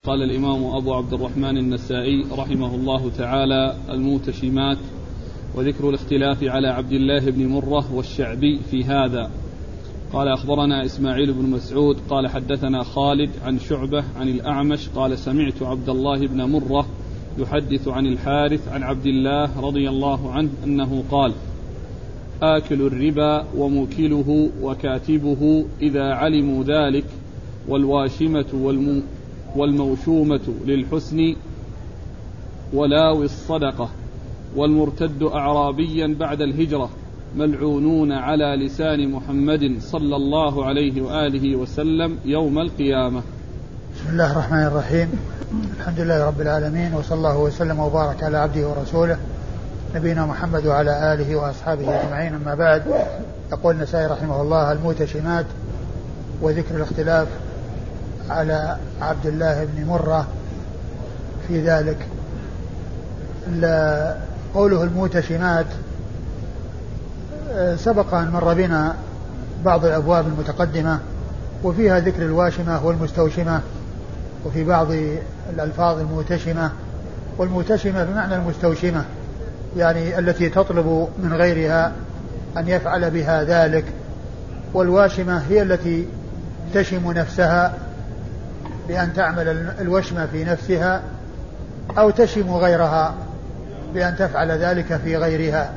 قال الإمام أبو عبد الرحمن النسائي رحمه الله تعالى: الموتشمات، وذكر الاختلاف على عبد الله بن مرة والشعبي في هذا. قال: أخبرنا إسماعيل بن مسعود قال حدثنا خالد عن شعبة عن الأعمش قال: سمعت عبد الله بن مرة يحدث عن الحارث عن عبد الله رضي الله عنه أنه قال: آكل الربا وموكله وكاتبه إذا علموا ذلك، والواشمة والموشومة للحسن ولاوي الصدقة، والمرتد أعرابيا بعد الهجرة، ملعونون على لسان محمد صلى الله عليه وآله وسلم يوم القيامة. بسم الله الرحمن الرحيم. الحمد لله رب العالمين، وصلى الله وسلم وبارك على عبده ورسوله نبينا محمد وعلى آله وأصحابه أجمعين. أما بعد، يقول النسائي رحمه الله: الموتشمات، وذكر الاختلاف على عبد الله بن مرة في ذلك. قوله الموتشمات سبق أن مر بنا بعض الأبواب المتقدمة وفيها ذكر الواشمة والمستوشمة، وفي بعض الألفاظ الموتشمة، والموتشمة بمعنى المستوشمة، يعني التي تطلب من غيرها أن يفعل بها ذلك، والواشمة هي التي تشم نفسها بأن تعمل الوشمة في نفسها، أو تشم غيرها بأن تفعل ذلك في غيرها.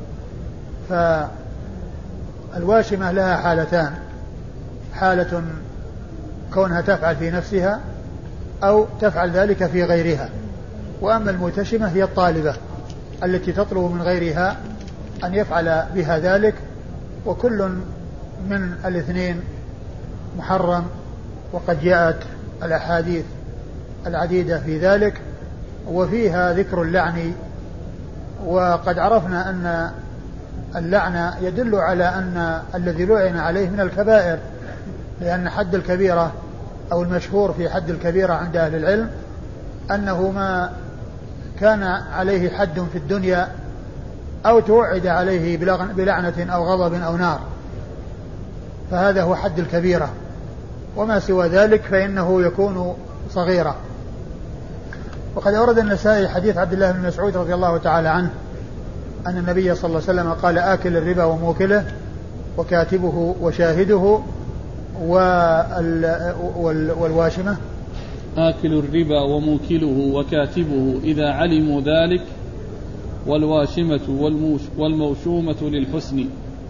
فالواشمة لها حالتان: حالة كونها تفعل في نفسها أو تفعل ذلك في غيرها، وأما الموتشمة هي الطالبة التي تطلب من غيرها أن يفعل بها ذلك، وكل من الاثنين محرم، وقد جاءت الأحاديث العديدة في ذلك وفيها ذكر اللعن. وقد عرفنا أن اللعن يدل على أن الذي لعن عليه من الكبائر، لأن حد الكبيرة أو المشهور في حد الكبيرة عند أهل العلم أنه ما كان عليه حد في الدنيا أو توعد عليه بلعنة أو غضب أو نار، فهذا هو حد الكبيرة، وما سوى ذلك فإنه يكون صغيرا. وقد أورد النسائي حديث عبد الله بن مسعود رضي الله تعالى عنه أن النبي صلى الله عليه وسلم قال: آكل الربا وموكله وكاتبه وشاهده والواشمة. آكل الربا وموكله وكاتبه إذا علموا ذلك، والواشمة والموشومة للحسن.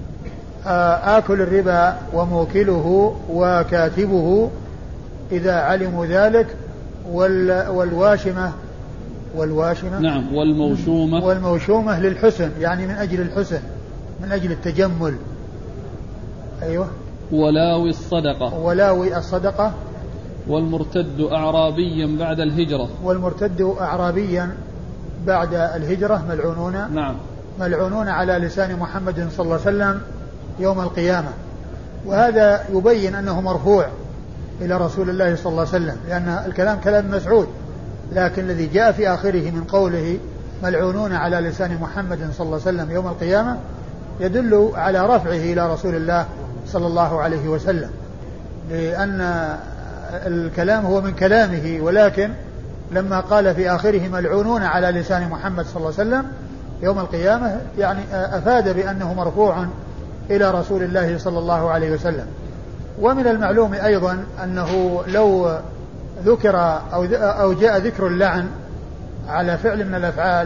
آكل الربا وموكله وكاتبه إذا علموا ذلك، والواشمة نعم، والموشومة للحسن، يعني من أجل الحسن، من أجل التجمل. أيوة. ولاوي الصدقة. والمرتد أعرابيا بعد الهجرة. والمرتد أعرابيا بعد الهجرة ملعونون على لسان محمد صلى الله عليه وسلم يوم القيامة. وهذا يبين أنه مرفوع إلى رسول الله صلى الله عليه وسلم، لأن الكلام كلام مسعود، لكن الذي جاء في آخره من قوله ملعونون على لسان محمد صلى الله عليه وسلم يوم القيامة يدل على رفعه إلى رسول الله صلى الله عليه وسلم، لأن الكلام هو من كلامه، ولكن لما قال في آخره ملعونون على لسان محمد صلى الله عليه وسلم يوم القيامة، يعني أفاد بأنه مرفوع إلى رسول الله صلى الله عليه وسلم. ومن المعلوم أيضا أنه لو ذكر أو جاء ذكر اللعن على فعل من الأفعال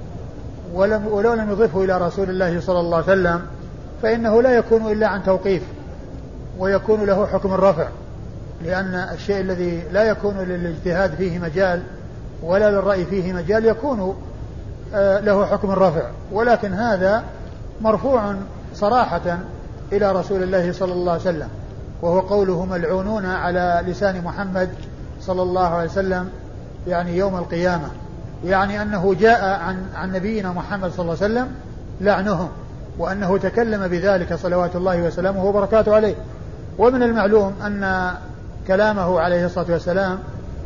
ولو لم يضفه إلى رسول الله صلى الله عليه وسلم فإنه لا يكون إلا عن توقيف، ويكون له حكم الرفع، لأن الشيء الذي لا يكون للاجتهاد فيه مجال ولا للرأي فيه مجال يكون له حكم الرفع، ولكن هذا مرفوع صراحة إلى رسول الله صلى الله عليه وسلم، وهو قوله ملعونون على لسان محمد صلى الله عليه وسلم، يعني يوم القيامة، يعني أنه جاء عن نبينا محمد صلى الله عليه وسلم لعنهم، وأنه تكلم بذلك صلوات الله وسلامه وبركاته عليه. ومن المعلوم أن كلامه عليه الصلاة والسلام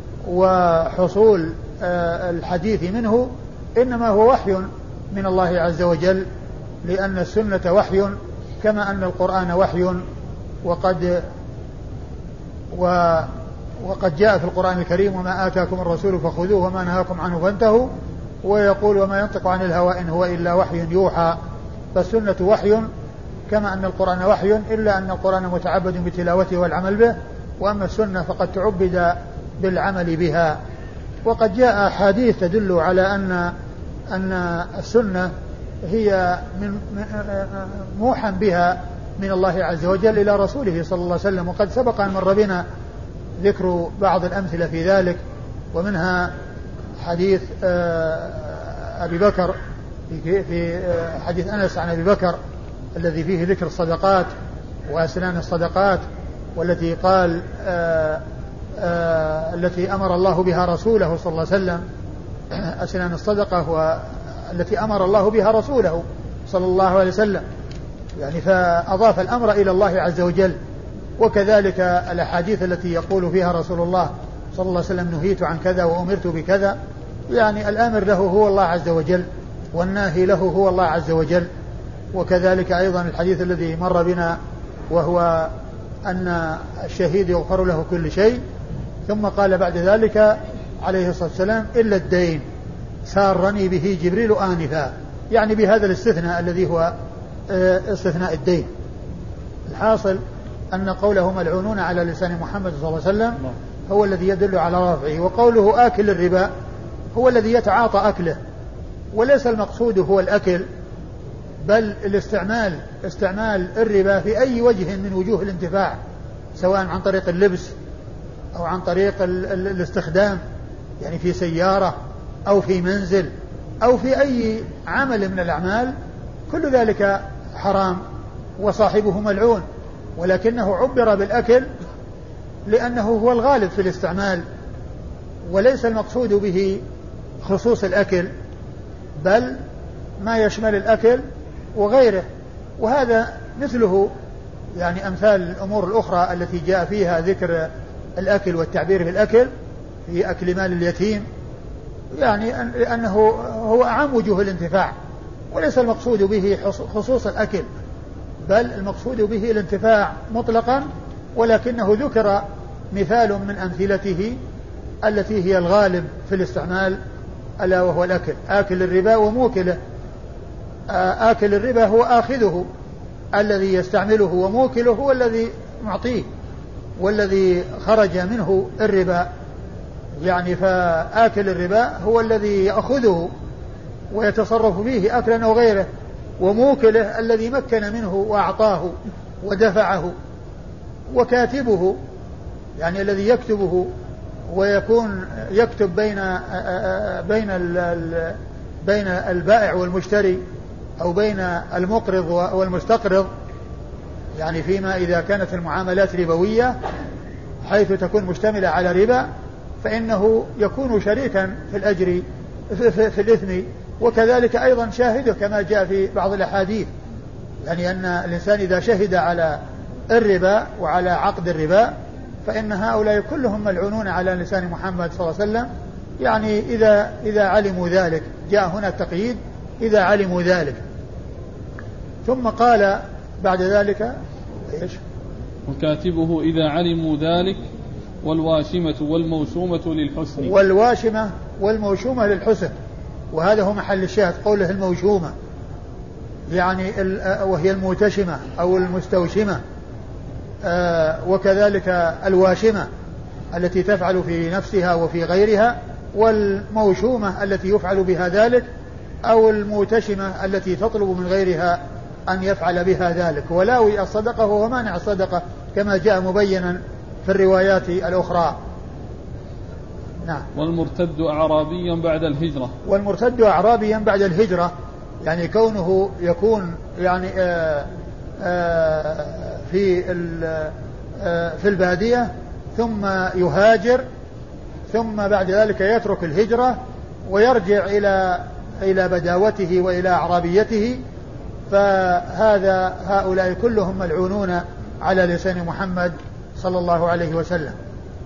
وحصول الحديث منه إنما هو وحي من الله عز وجل، لأن السنة وحي كما أن القرآن وحي، وقد جاء في القرآن الكريم وما آتاكم الرسول فخذوه وما نهاكم عنه فانتهوا، ويقول وما ينطق عن الهوى إن هو إلا وحي يوحى. فالسنة وحي كما أن القرآن وحي، إلا أن القرآن متعبد بتلاوته والعمل به، وأما السنة فقد تعبد بالعمل بها. وقد جاء أحاديث تدل على أن السنة هي موحى بها من الله عز وجل إلى رسوله صلى الله عليه وسلم. وقد سبق أن مر بنا ذكر بعض الأمثلة في ذلك، ومنها حديث أبي بكر في حديث أنس عن أبي بكر الذي فيه ذكر الصدقات وأسنان الصدقات، والتي قال التي أمر الله بها رسوله صلى الله عليه وسلم، أسنان الصدقة والتي أمر الله بها رسوله صلى الله عليه وسلم، يعني فأضاف الأمر إلى الله عز وجل. وكذلك الأحاديث التي يقول فيها رسول الله صلى الله عليه وسلم نهيت عن كذا وأمرت بكذا، يعني الآمر له هو الله عز وجل والناهي له هو الله عز وجل. وكذلك أيضا الحديث الذي مر بنا وهو أن الشهيد يغفر له كل شيء، ثم قال بعد ذلك عليه الصلاة والسلام إلا الدين سارني به جبريل آنفا، يعني بهذا الاستثناء الذي هو استثناء الدين. الحاصل أن قوله ملعونون على لسان محمد صلى الله عليه وسلم هو الذي يدل على رفعه. وقوله آكل الربا هو الذي يتعاطى أكله، وليس المقصود هو الأكل، بل استعمال الربا في أي وجه من وجوه الانتفاع، سواء عن طريق اللبس أو عن طريق الاستخدام، يعني في سيارة أو في منزل أو في أي عمل من الأعمال، كل ذلك حرام وصاحبه ملعون. ولكنه عبر بالأكل لأنه هو الغالب في الاستعمال، وليس المقصود به خصوص الأكل، بل ما يشمل الأكل وغيره. وهذا مثله يعني أمثال الأمور الأخرى التي جاء فيها ذكر الأكل والتعبير بالأكل في أكل مال اليتيم، يعني لأنه هو أعم وجوه الانتفاع، وليس المقصود به خصوص الأكل، بل المقصود به الانتفاع مطلقا، ولكنه ذكر مثال من أمثلته التي هي الغالب في الاستعمال، ألا وهو الأكل. آكل الربا وموكله. آكل الربا هو آخذه الذي يستعمله، وموكله هو الذي معطيه والذي خرج منه الربا، يعني فآكل الربا هو الذي يأخذه ويتصرف فيه أكلا أو غيره، وموكله الذي مكن منه وأعطاه ودفعه. وكاتبه يعني الذي يكتبه ويكون يكتب بين البائع والمشتري أو بين المقرض والمستقرض، يعني فيما إذا كانت المعاملات ربوية حيث تكون مشتملة على ربا، فإنه يكون شريكا في الأجر في الإثم، وكذلك أيضا شاهده كما جاء في بعض الأحاديث، يعني أن الإنسان إذا شهد على الربا وعلى عقد الربا فإن هؤلاء كلهم ملعونون على لسان محمد صلى الله عليه وسلم، يعني إذا علموا ذلك. جاء هنا التقييد إذا علموا ذلك. ثم قال بعد ذلك إيش؟ وكاتبه إذا علموا ذلك والواشمة والموشومة للحسن. والواشمة والموشومة للحسن، وهذا هو محل الشاهد، قوله الموشومة يعني وهي الموتشمة أو المستوشمة، وكذلك الواشمة التي تفعل في نفسها وفي غيرها، والموشومة التي يفعل بها ذلك، أو الموتشمة التي تطلب من غيرها أن يفعل بها ذلك. ولاوي الصدقة وهو مانع الصدقة كما جاء مبينا في الروايات الأخرى. نعم. والمرتد أعرابيا بعد الهجرة. والمرتد أعرابيا بعد الهجرة، يعني كونه يكون يعني في البادية ثم يهاجر، ثم بعد ذلك يترك الهجرة ويرجع إلى بداوته وإلى أعرابيته، هؤلاء كلهم ملعونون على لسان محمد صلى الله عليه وسلم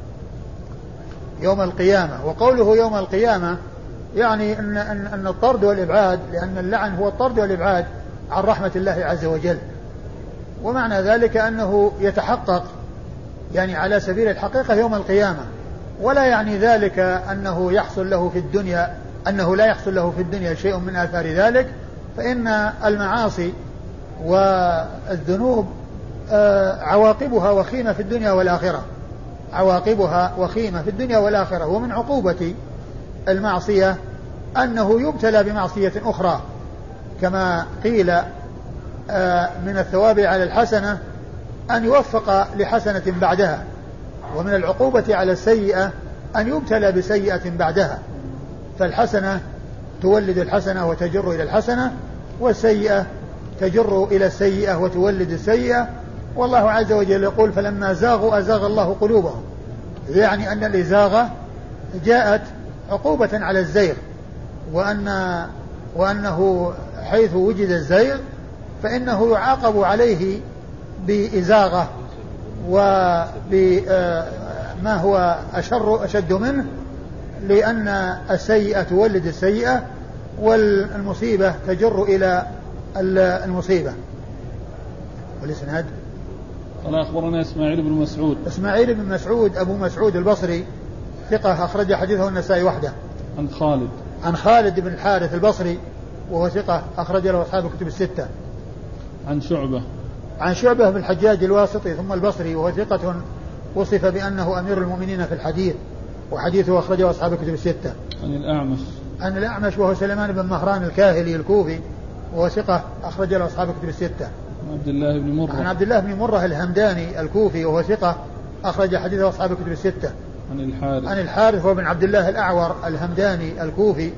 يوم القيامة. وقوله يوم القيامة يعني أن الطرد والإبعاد، لأن اللعن هو الطرد والإبعاد عن رحمة الله عز وجل، ومعنى ذلك أنه يتحقق يعني على سبيل الحقيقة يوم القيامة، ولا يعني ذلك أنه يحصل له في الدنيا، أنه لا يحصل له في الدنيا شيء من آثار ذلك، فإن المعاصي والذنوب عواقبها وخيمة في الدنيا والآخرة، عواقبها وخيمة في الدنيا والآخرة. ومن عقوبة المعصية أنه يبتلى بمعصية أخرى، كما قيل من الثواب على الحسنة أن يوفق لحسنة بعدها، ومن العقوبة على السيئة أن يبتلى بسيئة بعدها. فالحسنة تولد الحسنة وتجر إلى الحسنة، والسيئة تجر إلى السيئة وتولد السيئة. والله عز وجل يقول فلما زاغوا أزاغ الله قلوبهم، يعني أن الإزاغة جاءت عقوبة على الزيغ، وأنه حيث وجد الزيغ فإنه يعاقب عليه بإزاغة وبما هو أشد منه، لأن السيئة تولد السيئة والمصيبة تجر إلى المصيبة. والإسناد قال أخبرنا إسماعيل بن مسعود. إسماعيل بن مسعود أبو مسعود البصري ثقة أخرج حديثه النسائي وحده. عن خالد بن الحارث البصري وهو ثقة أخرج له أصحاب الكتب الستة. عن شعبة بن الحجاج الواسطي ثم البصري وهو ثقة وصف بأنه أمير المؤمنين في الحديث، وحديثه أخرجه أصحاب الكتب الستة. عن الأعمش وهو سليمان بن مهران الكاهلي الكوفي وهو ثقة أخرج له أصحاب الكتب الستة. عن عبد الله بن مرة الهمداني الكوفي وهو ثقة أخرج حديثه أصحاب الكتب الستة. عن الحارث وابن عبد الله الأعور الهمداني الكوفي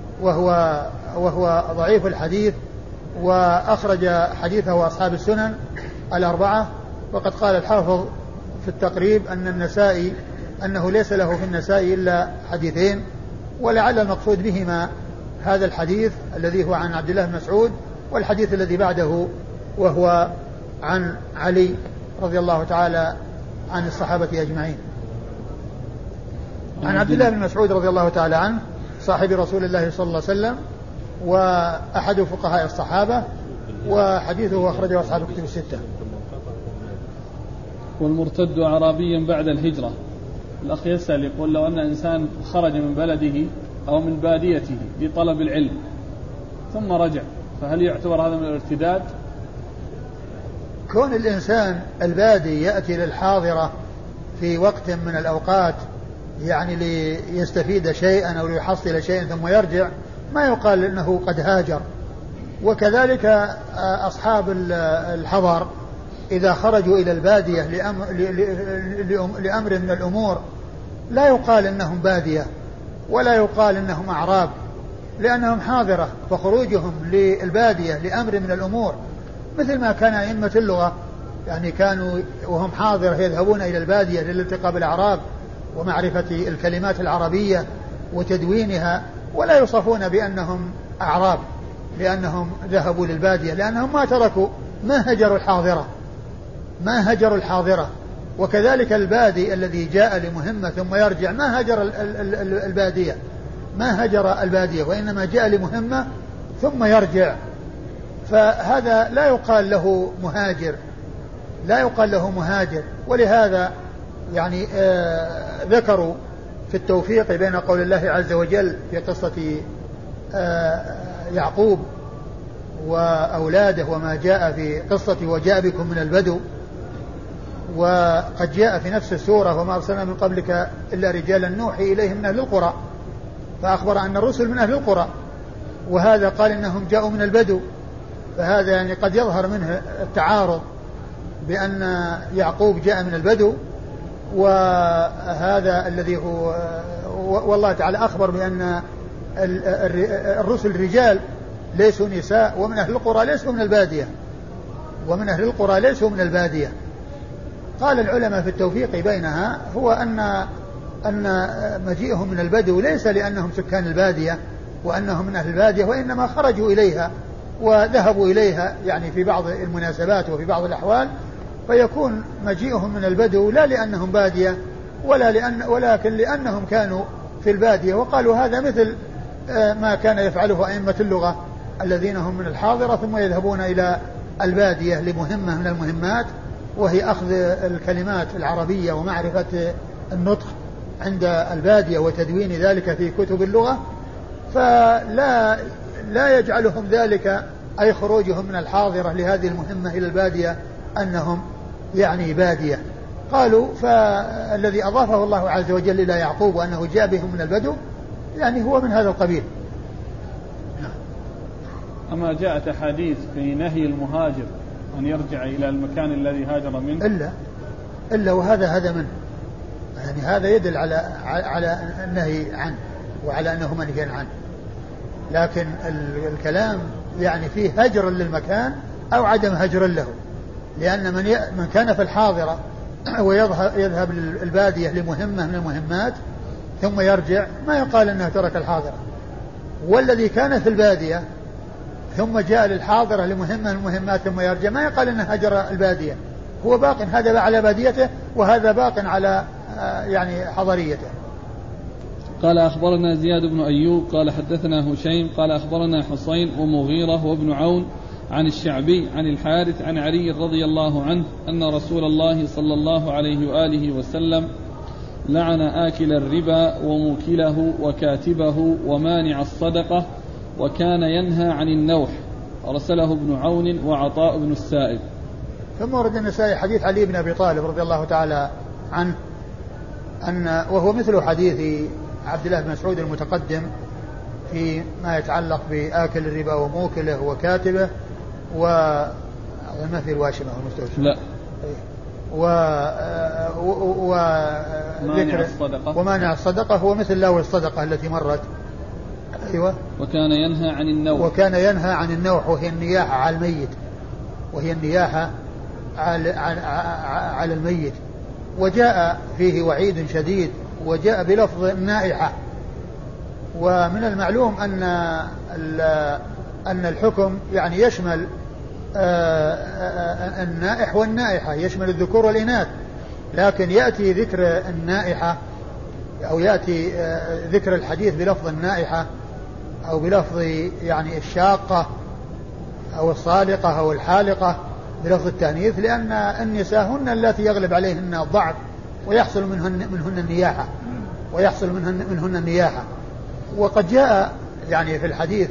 وهو ضعيف الحديث، وأخرج حديثه أصحاب السنن الأربعة. وقد قال الحافظ في التقريب أن النسائي أنه ليس له في النسائي إلا حديثين، ولعل المقصود بهما هذا الحديث الذي هو عن عبد الله بن مسعود، والحديث الذي بعده وهو عن علي رضي الله تعالى عن الصحابة أجمعين. عن عبد الله بن مسعود رضي الله تعالى عنه صاحب رسول الله صلى الله عليه وسلم وأحد فقهاء الصحابة، وحديثه أخرجه أصحاب الكتب الستة. والمرتد أعرابيا بعد الهجرة. الأخ يسأل يقول لو أن إنسان خرج من بلده أو من باديته لطلب العلم ثم رجع، فهل يعتبر هذا من الارتداد؟ كون الإنسان البادي يأتي للحاضرة في وقت من الأوقات يعني ليستفيد شيئا أو ليحصل شيئا ثم يرجع، ما يقال إنه قد هاجر. وكذلك أصحاب الحضر إذا خرجوا إلى البادية لأمر من الأمور لا يقال إنهم بادية ولا يقال إنهم أعراب، لأنهم حاضرة. فخروجهم للبادية لأمر من الأمور مثل ما كان أئمة اللغة يعني كانوا وهم حاضرة يذهبون إلى البادية للالتقاء بالأعراب ومعرفة الكلمات العربية وتدوينها، ولا يوصفون بأنهم أعراب لأنهم ذهبوا للبادية، لأنهم ما هجروا الحاضرة. وكذلك البادي الذي جاء لمهمة ثم يرجع ما هجر البادية وإنما جاء لمهمة ثم يرجع، فهذا لا يقال له مهاجر. ولهذا يعني ذكروا في التوفيق بين قول الله عز وجل في قصة يعقوب وأولاده وما جاء في قصة وجاء بكم من البدو، وقد جاء في نفس السورة وما أرسلنا من قبلك إلا رجالا نوحي إليهم من أهل القرى، فأخبر أن الرسل من أهل القرى، وهذا قال إنهم جاءوا من البدو. فهذا يعني قد يظهر منه التعارض بأن يعقوب جاء من البدو، وهذا الذي هو والله تعالى أخبر بأن الرسل رجال ليسوا نساء، ومن أهل القرى ليسوا من البادية. قال العلماء في التوفيق بينها هو أن مجيئهم من البدو ليس لأنهم سكان البادية وأنهم من أهل البادية، وإنما خرجوا إليها وذهبوا إليها يعني في بعض المناسبات وفي بعض الأحوال، فيكون مجيئهم من البدو لا لأنهم بادية ولكن لأنهم كانوا في البادية. وقالوا هذا مثل ما كان يفعله أئمة اللغة الذين هم من الحاضرة ثم يذهبون إلى البادية لمهمة من المهمات، وهي أخذ الكلمات العربية ومعرفة النطق عند البادية وتدوين ذلك في كتب اللغة، فلا يجعلهم ذلك أي خروجهم من الحاضرة لهذه المهمة إلى البادية أنهم يعني بادية. قالوا فالذي أضافه الله عز وجل إلى يعقوب وأنه جاء بهم من البدو يعني هو من هذا القبيل. أما جاءت أحاديث في نهي المهاجر أن يرجع إلى المكان الذي هاجر منه إلا وهذا منه، يعني هذا يدل على النهي عنه وعلى أنه منهي عنه، لكن الكلام يعني فيه هجر للمكان أو عدم هجر له، لأن من كان في الحاضرة ويذهب للبادية لمهمة من المهمات ثم يرجع ما يقال أنه ترك الحاضرة، والذي كان في البادية ثم جاء للحاضرة لمهمة من المهمات ثم يرجع ما يقال أنه هجر البادية، هو باق، هذا على باديته وهذا باق على يعني حضريته. قال أخبرنا زياد بن أيوب قال حدثنا هشيم قال أخبرنا حصين ومغيرة وابن عون عن الشعبي عن الحارث عن علي رضي الله عنه أن رسول الله صلى الله عليه وآله وسلم لعن آكل الربا وموكله وكاتبه ومانع الصدقة وكان ينهى عن النوح. أرسله ابن عون وعطاء بن السائب. ثم ورد النسائي حديث علي بن أبي طالب رضي الله تعالى عنه وهو مثل حديث عبد الله بن مسعود المتقدم في ما يتعلق بآكل الربا وموكله وكاتبه وما في الواشمة والمستوشمة لا ومانع الصدقة هو مثل لاوي الصدقة التي مرت. أيوة. وكان ينهى عن النوح وهي النياحة على الميت، وهي النياحة على الميت، وجاء فيه وعيد شديد وجاء بلفظ النائحة. ومن المعلوم أن الحكم يعني يشمل النائح والنائحة، يشمل الذكور والإناث، لكن يأتي ذكر النائحة أو يأتي ذكر الحديث بلفظ النائحة أو بلفظ يعني الشاقة أو الصالقة أو الحالقة بلفظ التأنيث، لأن النساء هن التي يغلب عليهن الضعف ويحصل منهن النياحة وقد جاء يعني في الحديث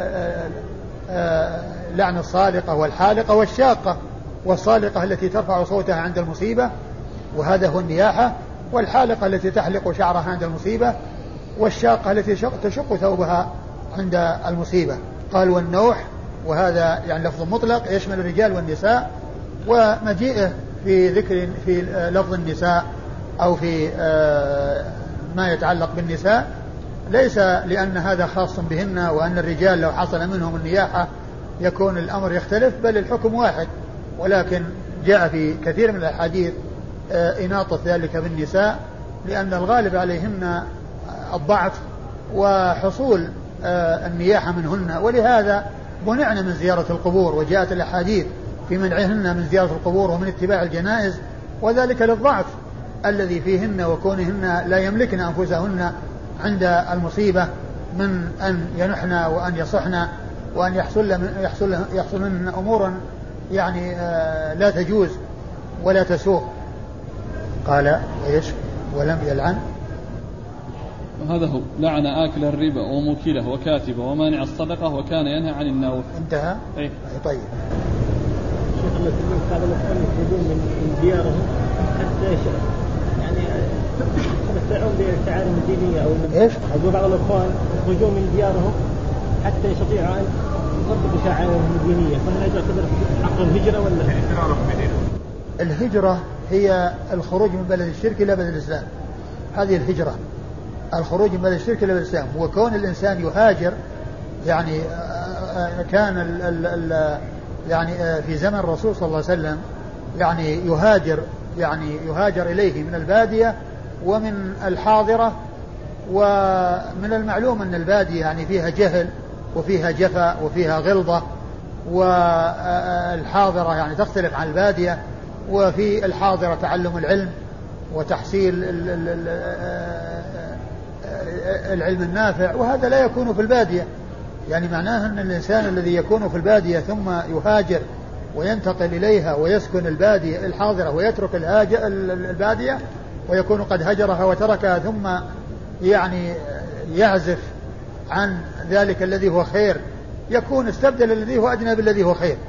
لعن الصالقة والحالقة والشاقة، والصالقة التي ترفع صوتها عند المصيبة وهذا هو النياحة، والحالقة التي تحلق شعرها عند المصيبة، والشاقة التي تشق ثوبها عند المصيبة. قال والنوح، وهذا يعني لفظ مطلق يشمل الرجال والنساء، ومجيئه في ذكر في لفظ النساء أو في ما يتعلق بالنساء ليس لأن هذا خاص بهن وأن الرجال لو حصل منهم النياحة يكون الأمر يختلف، بل الحكم واحد، ولكن جاء في كثير من الأحاديث إناطة ذلك بالنساء لأن الغالب عليهن الضعف وحصول النياحة منهن، ولهذا منعنا من زيارة القبور، وجاءت الأحاديث في منعهن من زيارة القبور ومن اتباع الجنائز، وذلك للضعف الذي فيهن وكونهن لا يملكن أنفسهن عند المصيبة من أن ينحن وأن يصحن وأن يحصل منهن أمورا يعني لا تجوز ولا تسوق. قال إيش ولم يلعن، وهذا هو لعن آكل الربا وموكله وكاتبه ومانع الصدقة وكان ينهى عن النوح. انتهى. أي طيب. شيخ الله بعض الأخوان يخرجون من ديارهم حتى يعني يستطيعون بالتعاليم الدينية أو إيش؟ أقول بعض الأخوان يخرجون من ديارهم حتى يستطيعوا أن يطبقوا شعائرهم الدينية، فهل هذا يعتبر حق الهجرة ولا؟ الهجرة هي الخروج من بلد الشرك إلى بلد الإسلام، هذه الهجرة، الخروج من بلد الشرك إلى بلد الإسلام. وكون الإنسان يهاجر يعني كان يعني في زمن الرسول صلى الله عليه وسلم يعني يهاجر إليه من البادية ومن الحاضرة، ومن المعلوم أن البادية يعني فيها جهل وفيها جفا وفيها غلظة، والحاضرة يعني تختلف عن البادية، وفي الحاضرة تعلم العلم وتحصيل العلم النافع، وهذا لا يكون في البادية. يعني معناه أن الإنسان الذي يكون في البادية ثم يهاجر وينتقل إليها ويسكن البادية الحاضرة ويترك البادية ويكون قد هجرها وتركها ثم يعني يعزف عن ذلك الذي هو خير، يكون استبدل الذي هو أدنى بالذي هو خير،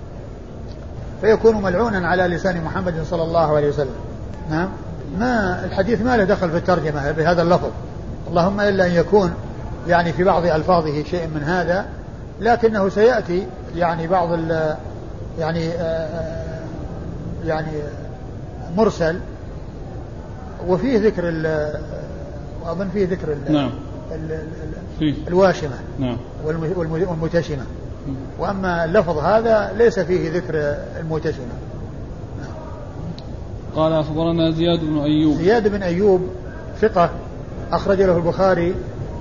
فيكون ملعونا على لسان محمد صلى الله عليه وسلم. نعم. ما الحديث ما له دخل في الترجمة بهذا اللفظ، اللهم إلا أن يكون يعني في بعض ألفاظه شيء من هذا، لكنه سيأتي يعني بعض يعني مرسل وفيه ذكر وأظن فيه ذكر نعم. الواشمة نعم. والمتشمة، وأما اللفظ هذا ليس فيه ذكر المتشمة. قال أخبرنا زياد بن أيوب ثقة أخرج له البخاري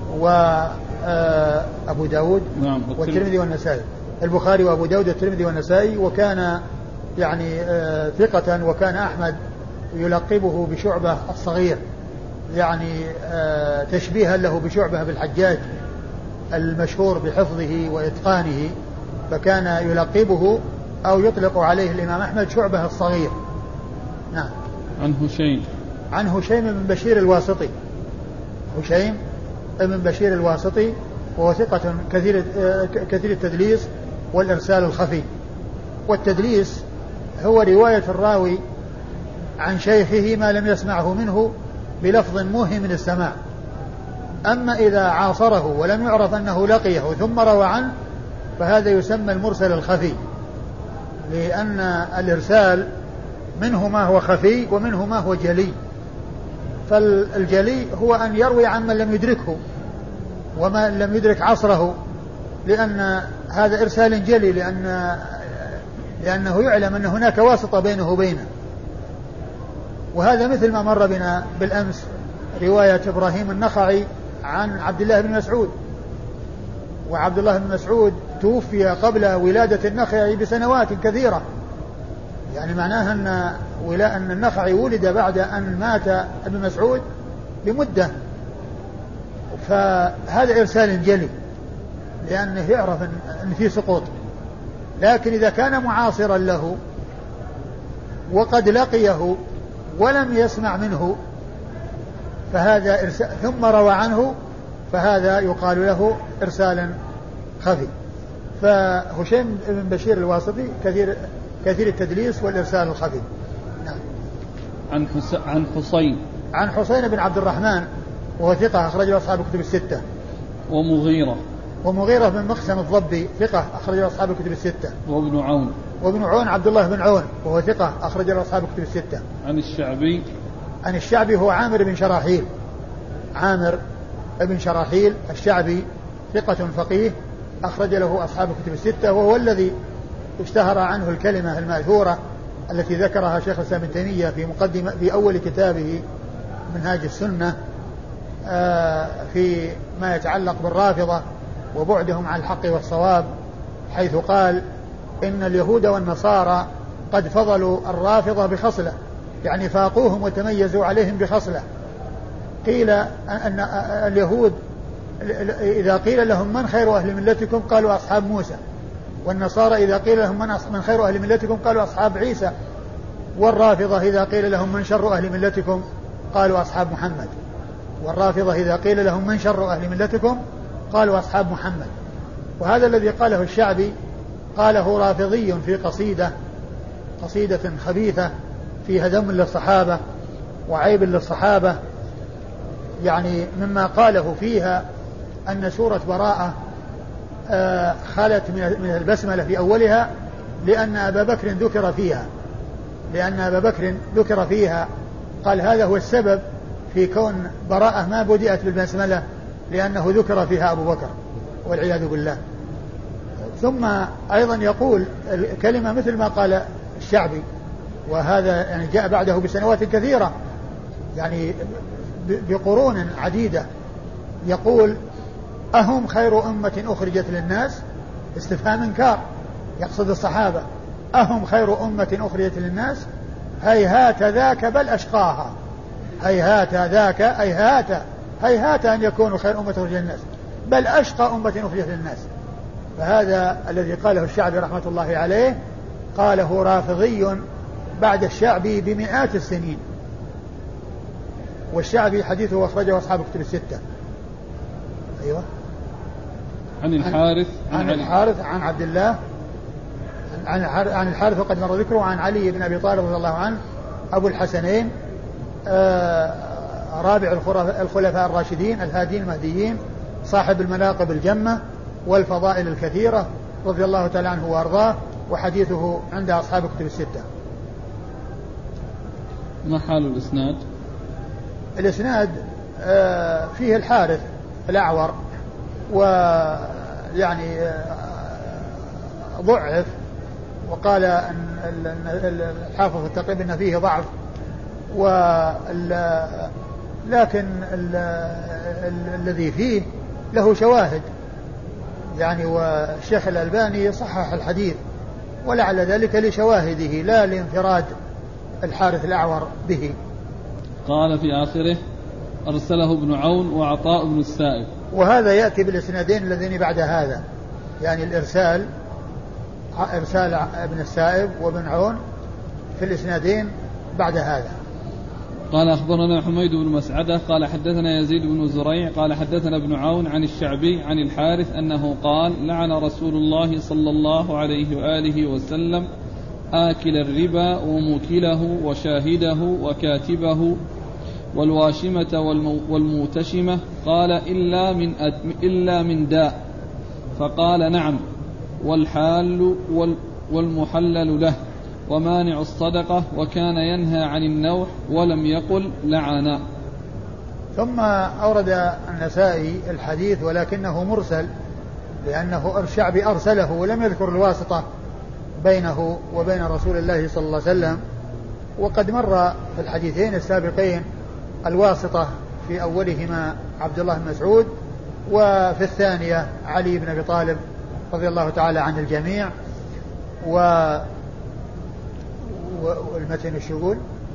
وأبو داود والترمذي والنسائي. البخاري وأبو داود والترمذي والنسائي، وكان يعني ثقة، وكان أحمد يلقبه بشعبة الصغير، يعني تشبيها له بشعبة بالحجاج المشهور بحفظه وإتقانه، فكان يلقبه أو يطلق عليه الإمام أحمد شعبة الصغير. نعم. عن هشيم بن بشير الواسطي. هشيم بن بشير الواسطي وهو ثقة كثير التدليس والإرسال الخفي. والتدليس هو رواية الراوي عن شيخه ما لم يسمعه منه بلفظ موهم من السماع. أما إذا عاصره ولم يعرف أنه لقيه ثم روى عنه فهذا يسمى المرسل الخفي، لأن الإرسال منه ما هو خفي ومنه ما هو جلي. فالجلي هو أن يروي عن من لم يدركه وما لم يدرك عصره، لأن هذا إرسال جلي، لأنه يعلم أن هناك واسطة بينه وبينه. وهذا مثل ما مر بنا بالأمس رواية إبراهيم النخعي عن عبد الله بن مسعود، وعبد الله بن مسعود توفي قبل ولادة النخعي بسنوات كثيرة، يعني معناها أن النخعي ولد بعد أن مات ابن مسعود بمدة، فهذا إرسال جلي لأنه يعرف أن فيه سقوط. لكن إذا كان معاصرا له وقد لقيه ولم يسمع منه فهذا ثم روى عنه فهذا يقال له إرسالا خفي. فهشيم بن بشير الواسطي كثير التدليس والإرسال الخفي. نعم. عن حسين بن عبد الرحمن وهو ثقة أخرجه أصحاب الكتب الستة. ومغيرة بن مقسم الضبي ثقة أخرجه أصحاب الكتب الستة. وابن عون عبد الله بن عون وهو ثقة أخرجه أصحاب الكتب الستة. عن الشعبي هو عامر بن شراحيل الشعبي ثقة فقيه أخرج له أصحاب الكتب الستة، وهو الذي اشتهر عنه الكلمة المأثورة التي ذكرها شيخ الإسلام ابن تيمية في أول كتابه منهاج السنة في ما يتعلق بالرافضة وبعدهم عن الحق والصواب، حيث قال إن اليهود والنصارى قد فضلوا الرافضة بخصلة، يعني فاقوهم وتميزوا عليهم بخصلة. قيل أن اليهود إذا قيل لهم من خير أهل ملتكم قالوا أصحاب موسى، والنصارى إذا قيل لهم من خير أهل ملتكم قالوا أصحاب عيسى، والرافضة إذا قيل لهم من شر أهل ملتكم قالوا أصحاب محمد، والرافضة إذا قيل لهم من شر أهل ملتكم قالوا أصحاب محمد. وهذا الذي قاله الشعبي قاله رافضي في قصيدة خبيثة فيها ذم للصحابة وعيب للصحابة، يعني مما قاله فيها أن سورة براءة خلت من البسملة في أولها لأن أبا بكر ذكر فيها، قال هذا هو السبب في كون براءة ما بدأت بالبسملة لأنه ذكر فيها أبو بكر والعياذ بالله. ثم أيضا يقول الكلمة مثل ما قال الشعبي، وهذا يعني جاء بعده بسنوات كثيرة، يعني بقرون عديدة، يقول أهم خير أمة أخرجت للناس، استفهام إنكار يقصد الصحابة، أهم خير أمة أخرجت للناس، هيهات ذاك بل أشقاها، هيهات ذاك هيهات أن يكونوا خير أمة أخرجت للناس بل أشقى أمة أخرجت للناس. فهذا الذي قاله الشعبي رحمة الله عليه قاله رافضي بعد الشعبي بمئات السنين، والشعبي حديثه أخرجه أصحاب كتب الستة. أيوة. عن الحارث عن عبد الله عن الحارث وقد مر ذكره، عن علي بن أبي طالب رضي الله عنه أبو الحسنين رابع الخلفاء الراشدين الهادين المهديين صاحب المناقب الجمة والفضائل الكثيرة رضي الله تعالى عنه وأرضاه، وحديثه عند أصحاب كتب الستة. ما حال الإسناد؟ الإسناد فيه الحارث الأعور، ويعني ضعف، وقال الحافظ التقريب أن فيه ضعف، لكن الذي فيه له شواهد يعني، والشيخ الألباني صحح الحديث، ولعل ذلك لشواهده لا لانفراد الحارث الأعور به. قال في آخره أرسله ابن عون وعطاء بن السائب، وهذا يأتي بالإسنادين الذين بعد هذا، يعني الإرسال ابن السائب وابن عون في الإسنادين بعد هذا. قال أخبرنا حميد بن مسعدة قال حدثنا يزيد بن زريع قال حدثنا ابن عون عن الشعبي عن الحارث أنه قال لعن رسول الله صلى الله عليه وآله وسلم آكل الربا وموكله وشاهده وكاتبه والواشمة والموتشمة، قال إلا من داء، فقال نعم، والحال والمحلل له، ومانع الصدقة، وكان ينهى عن النوح ولم يقل لعنا. ثم أورد النسائي الحديث ولكنه مرسل، لأنه الشعبي أرسله ولم يذكر الواسطة بينه وبين رسول الله صلى الله عليه وسلم، وقد مر في الحديثين السابقين الواسطة، في أولهما عبد الله بن مسعود، وفي الثانية علي بن أبي طالب رضي الله تعالى عن الجميع. والمتن الشغول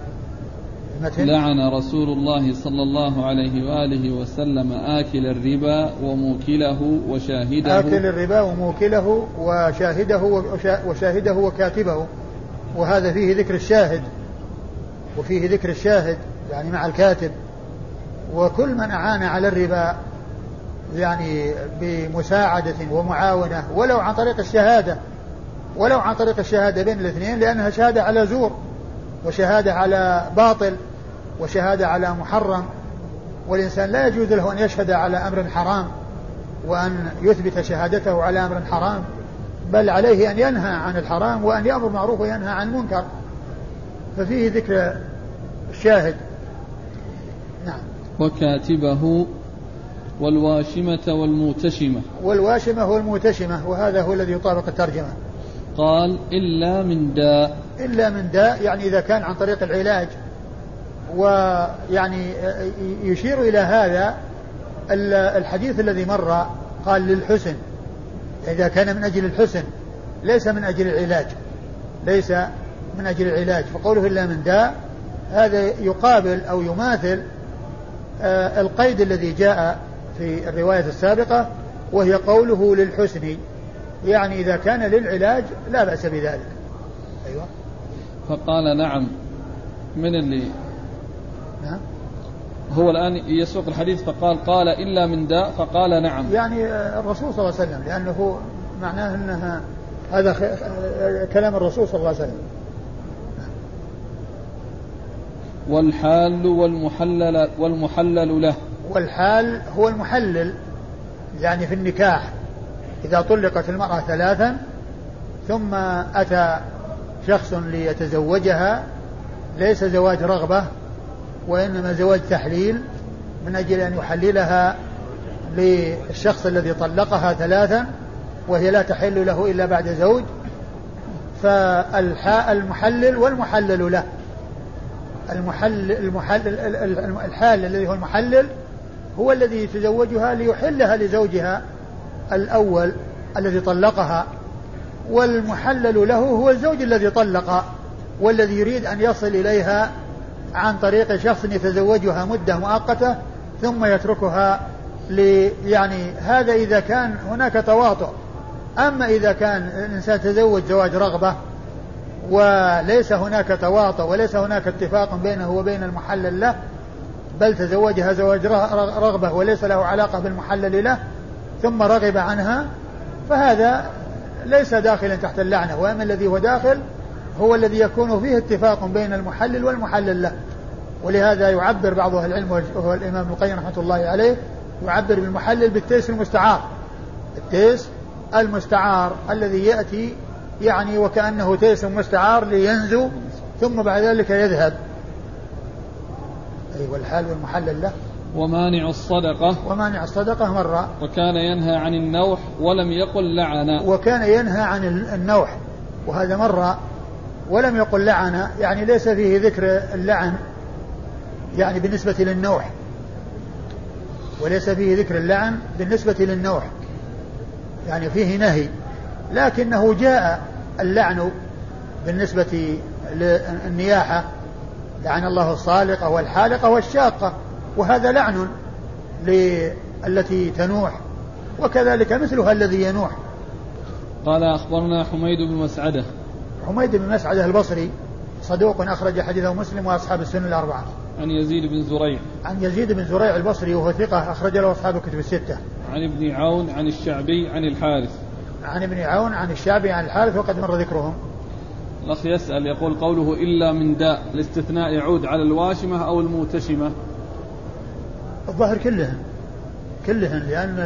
لعن رسول الله صلى الله عليه وآله وسلم آكل الربا وموكله وشاهده، آكل الربا وموكله وشاهده وكاتبه، وهذا فيه ذكر الشاهد، وفيه ذكر الشاهد يعني مع الكاتب. وكل من أعان على الربا يعني بمساعدة ومعاونة ولو عن طريق الشهادة بين الاثنين، لأنها شهادة على زور وشهادة على باطل وشهادة على محرم، والإنسان لا يجوز له أن يشهد على أمر حرام وأن يثبت شهادته على أمر حرام، بل عليه أن ينهى عن الحرام وأن يأمر معروف وينهى عن المنكر، ففيه ذكر الشاهد. نعم. وكاتبه والواشمة والموتشمة. والواشمة والموتشمة، وهذا هو الذي يطابق الترجمة. قال إلا من داء. إلا من داء يعني إذا كان عن طريق العلاج، ويعني يشير إلى هذا الحديث الذي مر، قال للحسن، إذا كان من أجل الحسن ليس من أجل العلاج، فقوله إلا من داء هذا يقابل أو يماثل القيد الذي جاء في الرواية السابقة، وهي قوله للحسن، يعني إذا كان للعلاج لا بأس بذلك. أيوة. فقال نعم. من اللي نعم هو الآن يسوق الحديث، قال إلا من داء، فقال نعم، يعني الرسول صلى الله عليه وسلم، لأنه معناه أنها هذا كلام الرسول صلى الله عليه وسلم. والحال والمحلل له. والحال هو المحلل يعني في النكاح، إذا طلقت المرأة 3 ثم أتى شخص ليتزوجها، ليس زواج رغبة وإنما زواج تحليل، من أجل أن يحللها للشخص الذي طلقها 3 وهي لا تحل له إلا بعد زوج، فالمحلل والمحلل له. الحال الذي هو المحلل هو الذي يتزوجها ليحلها لزوجها الأول الذي طلقها، والمحلل له هو الزوج الذي طلق والذي يريد أن يصل إليها عن طريق شخص يتزوجها مدة مؤقتة ثم يتركها يعني هذا إذا كان هناك تواطؤ. أما إذا كان الإنسان تزوج زواج رغبة وليس هناك تواطؤ وليس هناك اتفاق بينه وبين المحلل له، بل تزوجها زواج رغبة وليس له علاقة بالمحلل له ثم رغب عنها، فهذا ليس داخلا تحت اللعنة. وأما الذي هو داخل هو الذي يكون فيه اتفاق بين المحلل والمحلل له. ولهذا يعبر بعض أهل العلم وهو الإمام ابن القيم رحمة الله عليه يعبر بالمحلل بالتيس المستعار، التيس المستعار الذي يأتي يعني وكأنه تيس مستعار لينزو ثم بعد ذلك يذهب. والحال والمحلل له. ومانع الصدقة مرة. وكان ينهى عن النوح ولم يقل لعنا. وكان ينهى عن النوح وهذا مرة ولم يقل لعنا، يعني ليس فيه ذكر اللعن يعني بالنسبة للنوح، وليس فيه ذكر اللعن بالنسبة للنوح، يعني فيه نهي، لكنه جاء اللعن بالنسبة للنياحة، لعن الله الصالقة والحالقة والشاقة، وهذا لعن للتي تنوح وكذلك مثلها الذي ينوح. قال أخبرنا حميد بن مسعدة البصري صدوق أخرج حديثه مسلم وأصحاب السنن الأربعة. عن يزيد بن زريع البصري وهو ثقة أخرج له أصحاب الكتب الستة. عن ابن عون عن الشعبي عن الحارث. عن ابن عون عن الشعبي عن الحارث وقد مر ذكرهم. الأخ يسأل يقول قوله إلا من داء الاستثناء يعود على الواشمة أو الموتشمة؟ الظاهر كلهن لأن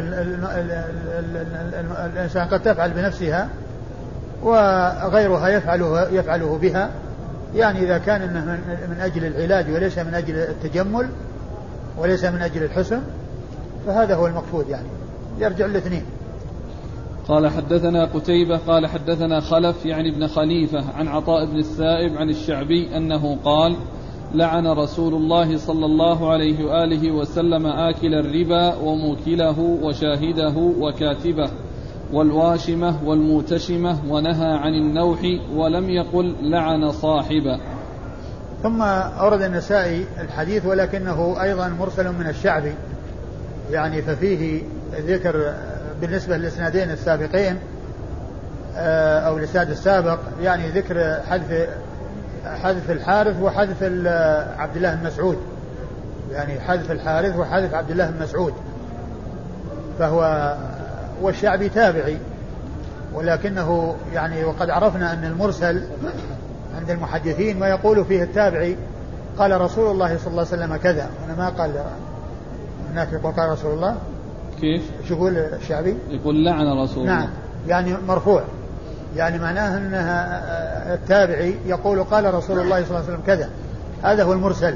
الإنسان قد تفعل بنفسها وغيرها يفعله بها، يعني إذا كان إنه من أجل العلاج وليس من أجل التجمل وليس من أجل الحسن فهذا هو المقصود، يعني يرجع الاثنين. قال حدثنا قتيبة قال حدثنا خلف يعني ابن خليفة عن عطاء بن السائب عن الشعبي أنه قال لعن رسول الله صلى الله عليه وآله وسلم آكل الربا وموكله وشاهده وكاتبه والواشمة والموتشمة ونهى عن النوح ولم يقل لعن صاحبه. ثم أورد النسائي الحديث ولكنه أيضا مرسل من الشعبي، يعني ففيه ذكر بالنسبة للإسنادين السابقين أو الإسناد السابق، يعني ذكر حذف الحارث وحذف عبد الله بن مسعود، يعني حذف الحارث وحذف عبد الله بن مسعود، فهو والشعبي تابعي، ولكنه يعني وقد عرفنا أن المرسل عند المحدثين ما يقول فيه التابعي قال رسول الله صلى الله عليه وسلم كذا، أنا ما قال هناك يقول قال رسول الله. كيف؟ شو يقول الشعبي؟ يقول لعن رسول الله. نعم، يعني مرفوع، يعني معناه أنها التابعي يقول قال رسول الله صلى الله عليه وسلم كذا، هذا هو المرسل.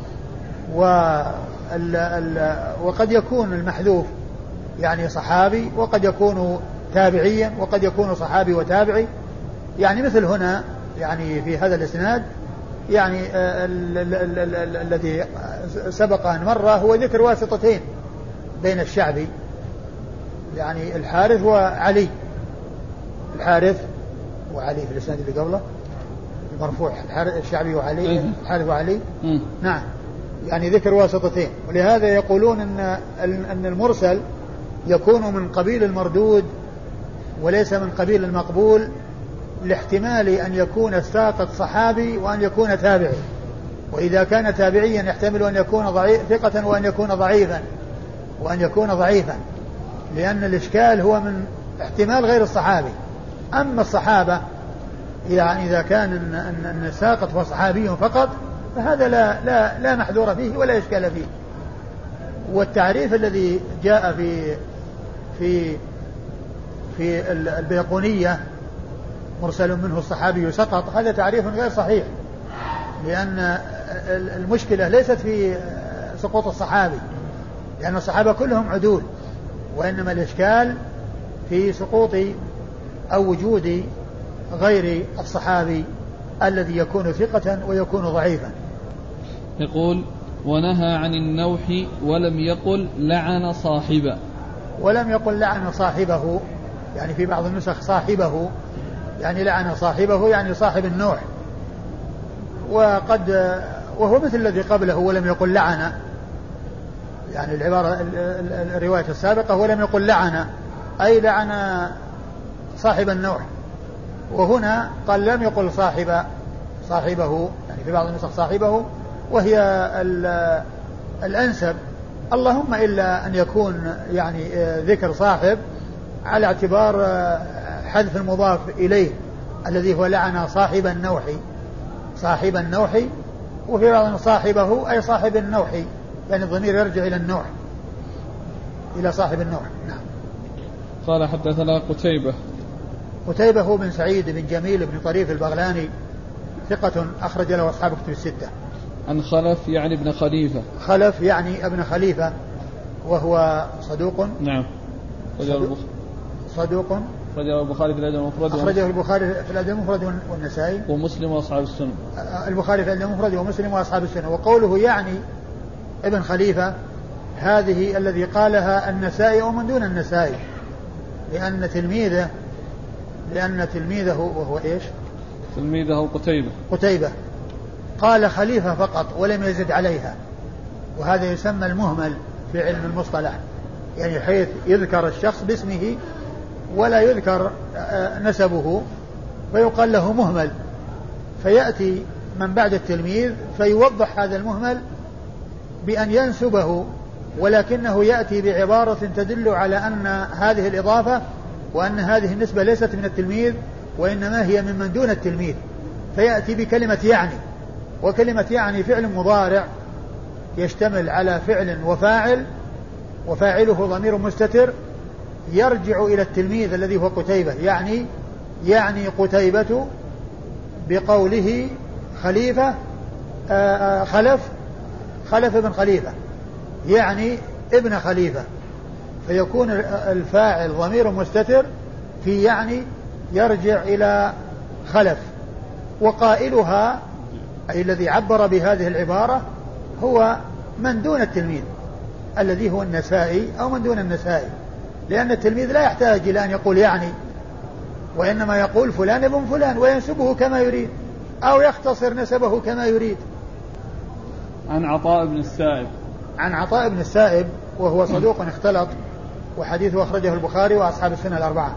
وقد يكون المحذوف يعني صحابي وقد يكون تابعيا وقد يكون صحابي وتابعي، يعني مثل هنا يعني في هذا الإسناد يعني الذي سبق أن مر هو ذكر واسطتين بين الشعبي، يعني الحارث وعلي، الحارث وعلي في الإسناد اللي قبله المرفوع، الشعبي وعلي، الحارث وعلي. نعم، يعني ذكر واسطتين. ولهذا يقولون أن المرسل يكون من قبيل المردود وليس من قبيل المقبول، لاحتمال أن يكون الساقط صحابي وأن يكون تابعي، وإذا كان تابعيا يحتمل أن يكون ثقة وأن يكون ضعيفا لأن الإشكال هو من احتمال غير الصحابي. أما الصحابة يعني إذا كان أن الساقط هو صحابي فقط فهذا لا محذور فيه ولا إشكال فيه. والتعريف الذي جاء في البيقونية مرسل منه الصحابي سقط، هذا تعريف غير صحيح، لأن المشكلة ليست في سقوط الصحابي، لأن الصحابة كلهم عدول، وإنما الإشكال في سقوط أو وجود غير الصحابي الذي يكون ثقة ويكون ضعيفا. يقول ونهى عن النوح ولم يقل لعن صاحبه. ولم يقل لعن صاحبه، يعني في بعض النسخ صاحبه، يعني لعن صاحبه يعني صاحب النوح، وهو مثل الذي قبله ولم يقل لعن، يعني الرواية السابقة ولم يقل لعن أي لعن صاحب النوح، وهنا قال لم يقل صاحبه، يعني في بعض النسخ صاحبه، وهي الأنسب، اللهم إلا أن يكون يعني ذكر صاحب على اعتبار حذف المضاف إليه الذي هو لعن صاحب النوح، وفي بعض صاحبه أي صاحب النوح، يعني الضمير يرجع إلى النوح، إلى صاحب النوح. نعم. قال حدثنا قتيبة هو بن سعيد بن جميل بن طريف البغلاني ثقة أخرج له أصحاب كتب الستة. عن خلف يعني ابن خليفة. خلف يعني ابن خليفة وهو صدوق. نعم. صدوق. أخرجه البخاري في الأدب المفرد. أخرجه البخاري في الأدب المفرد والنسائي. ومسلم وأصحاب السنة. البخاري في الأدب المفرد ومسلم وأصحاب السنة. وقوله يعني ابن خليفة هذه الذي قالها النسائي ومن دون النسائي، لأن تلميذه وهو إيش؟ تلميذه قتيبة قال خليفة فقط ولم يزد عليها، وهذا يسمى المهمل في علم المصطلح، يعني حيث يذكر الشخص باسمه ولا يذكر نسبه فيقال له مهمل، فيأتي من بعد التلميذ فيوضح هذا المهمل بأن ينسبه، ولكنه يأتي بعبارة تدل على أن هذه الإضافة وأن هذه النسبة ليست من التلميذ وإنما هي من دون التلميذ، فيأتي بكلمة يعني، وكلمة يعني فعل مضارع يشتمل على فعل وفاعل، وفاعله ضمير مستتر يرجع إلى التلميذ الذي هو قتيبة، يعني قتيبة بقوله خليفة خلف ابن خليفة، يعني ابن خليفة، فيكون الفاعل ضمير مستتر في يعني يرجع إلى خلف، وقائلها أي الذي عبر بهذه العبارة هو من دون التلميذ الذي هو النسائي أو من دون النسائي، لأن التلميذ لا يحتاج إلى أن يقول يعني، وإنما يقول فلان ابن فلان وينسبه كما يريد أو يختصر نسبه كما يريد. عن عطاء بن السائب وهو صدوق اختلط، وحديثه أخرجه البخاري وأصحاب السنة الأربعة.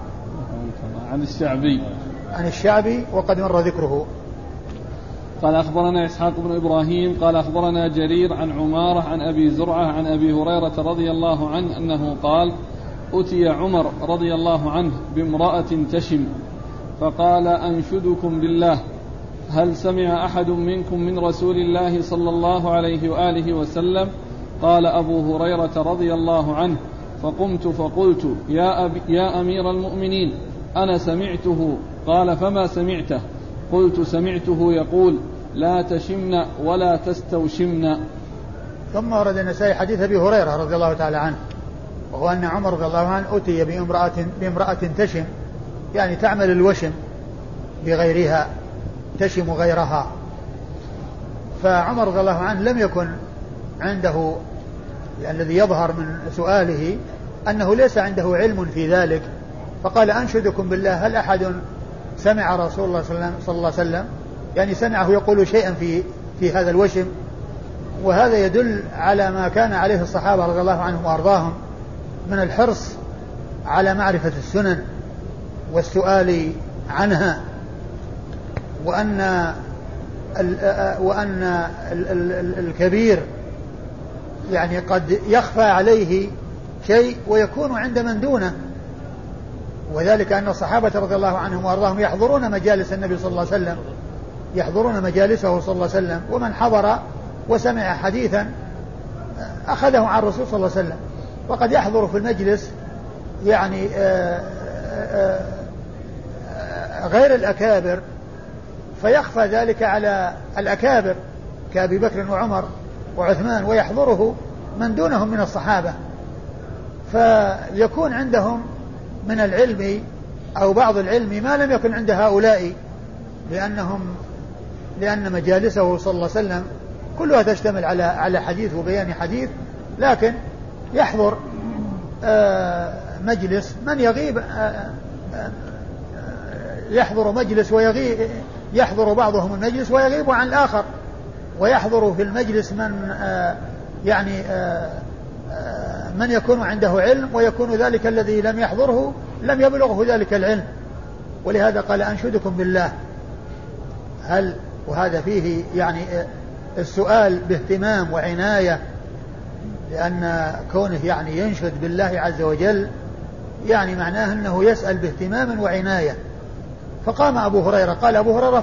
عن الشعبي وقد مر ذكره. قال أخبرنا إسحاق بن إبراهيم قال أخبرنا جرير عن عمارة عن أبي زرعة عن أبي هريرة رضي الله عنه أنه قال أتي عمر رضي الله عنه بامرأة تشم فقال أنشدكم بالله هل سمع أحد منكم من رسول الله صلى الله عليه وآله وسلم؟ قال أبو هريرة رضي الله عنه فقمت فقلت يا أمير المؤمنين أنا سمعته. قال فما سمعته؟ قلت سمعته يقول لا تشمن ولا تستوشمن. ثم ورد النسائي حديث أبي هريرة رضي الله تعالى عنه، وهو أن عمر رضي الله عنه أتي بامرأة تشم، يعني تعمل الوشم بغيرها، تشم غيرها، فعمر رضي الله عنه لم يكن عنده، يعني الذي يظهر من سؤاله أنه ليس عنده علم في ذلك، فقال أنشدكم بالله هل أحد سمع رسول الله صلى الله عليه وسلم، يعني سمعه يقول شيئا في هذا الوشم. وهذا يدل على ما كان عليه الصحابة رضي الله عنهم وأرضاهم من الحرص على معرفة السنن والسؤال عنها، وأن الكبير يعني قد يخفى عليه شيء ويكون عند من دونه، وذلك أن الصحابة رضي الله عنهم وأرضاهم يحضرون مجالس النبي صلى الله عليه وسلم، يحضرون مجالسه صلى الله عليه وسلم، ومن حضر وسمع حديثا أخذه عن الرسول صلى الله عليه وسلم، وقد يحضر في المجلس يعني غير الأكابر فيخفى ذلك على الأكابر كأبي بكر وعمر وعثمان، ويحضره من دونهم من الصحابة، فيكون عندهم من العلم أو بعض العلم ما لم يكن عند هؤلاء، لأن مجالسه صلى الله عليه وسلم كلها تشتمل على حديث وبيان حديث، لكن يحضر مجلس من يغيب، يحضر مجلس ويغيب، يحضر بعضهم المجلس ويغيب عن الآخر، ويحضر في المجلس من يكون عنده علم، ويكون ذلك الذي لم يحضره لم يبلغه ذلك العلم. ولهذا قال أنشدكم بالله وهذا فيه يعني السؤال باهتمام وعناية لأن كونه يعني ينشد بالله عز وجل يعني معناه أنه يسأل باهتمام وعناية. فقام أبو هريرة، قال أبو هريرة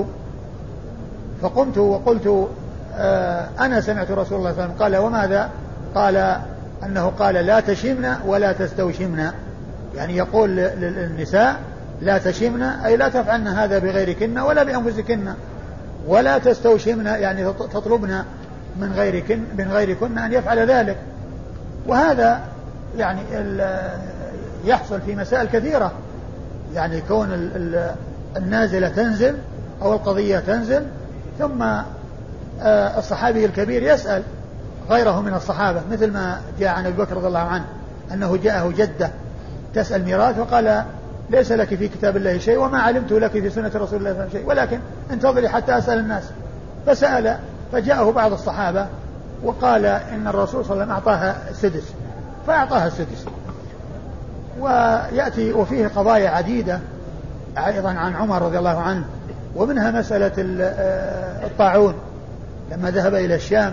فقمت وقلت أنا سمعت رسول الله صلى الله عليه وسلم قال وماذا؟ قال أنه قال لا تشمن ولا تستوشمن، يعني يقول للنساء لا تشمن أي لا تفعلن هذا بغيركن ولا بأنفسكن، ولا تستوشمن يعني تطلبن من غيركن أن يفعل ذلك. وهذا يعني يحصل في مسائل كثيرة، يعني كون النازلة تنزل أو القضية تنزل ثم الصحابي الكبير يسأل غيره من الصحابة، مثل ما جاء عن أبي بكر رضي الله عنه أنه جاءه جدة تسأل ميراث وقال ليس لك في كتاب الله شيء وما علمت لك في سنة رسول الله صلى الله عليه وسلم شيء ولكن انتظري حتى أسأل الناس. فسأل فجاءه بعض الصحابة وقال إن الرسول صلى الله عليه وسلم أعطاها السدس، فأعطاها السدس. ويأتي وفيه قضايا عديدة أيضا عن عمر رضي الله عنه، ومنها مسألة الطاعون لما ذهب إلى الشام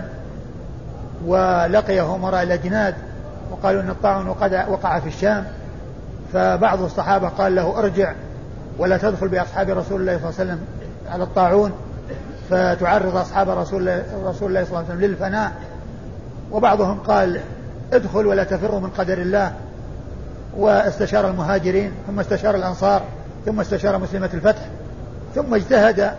ولقيه أمراء الأجناد وقالوا أن الطاعون وقع في الشام، فبعض الصحابة قال له ارجع ولا تدخل بأصحاب رسول الله صلى الله عليه وسلم على الطاعون فتعرض أصحاب رسول الله صلى الله عليه وسلم للفناء، وبعضهم قال ادخل ولا تفر من قدر الله. واستشار المهاجرين ثم استشار الأنصار ثم استشار مسلمة الفتح ثم اجتهد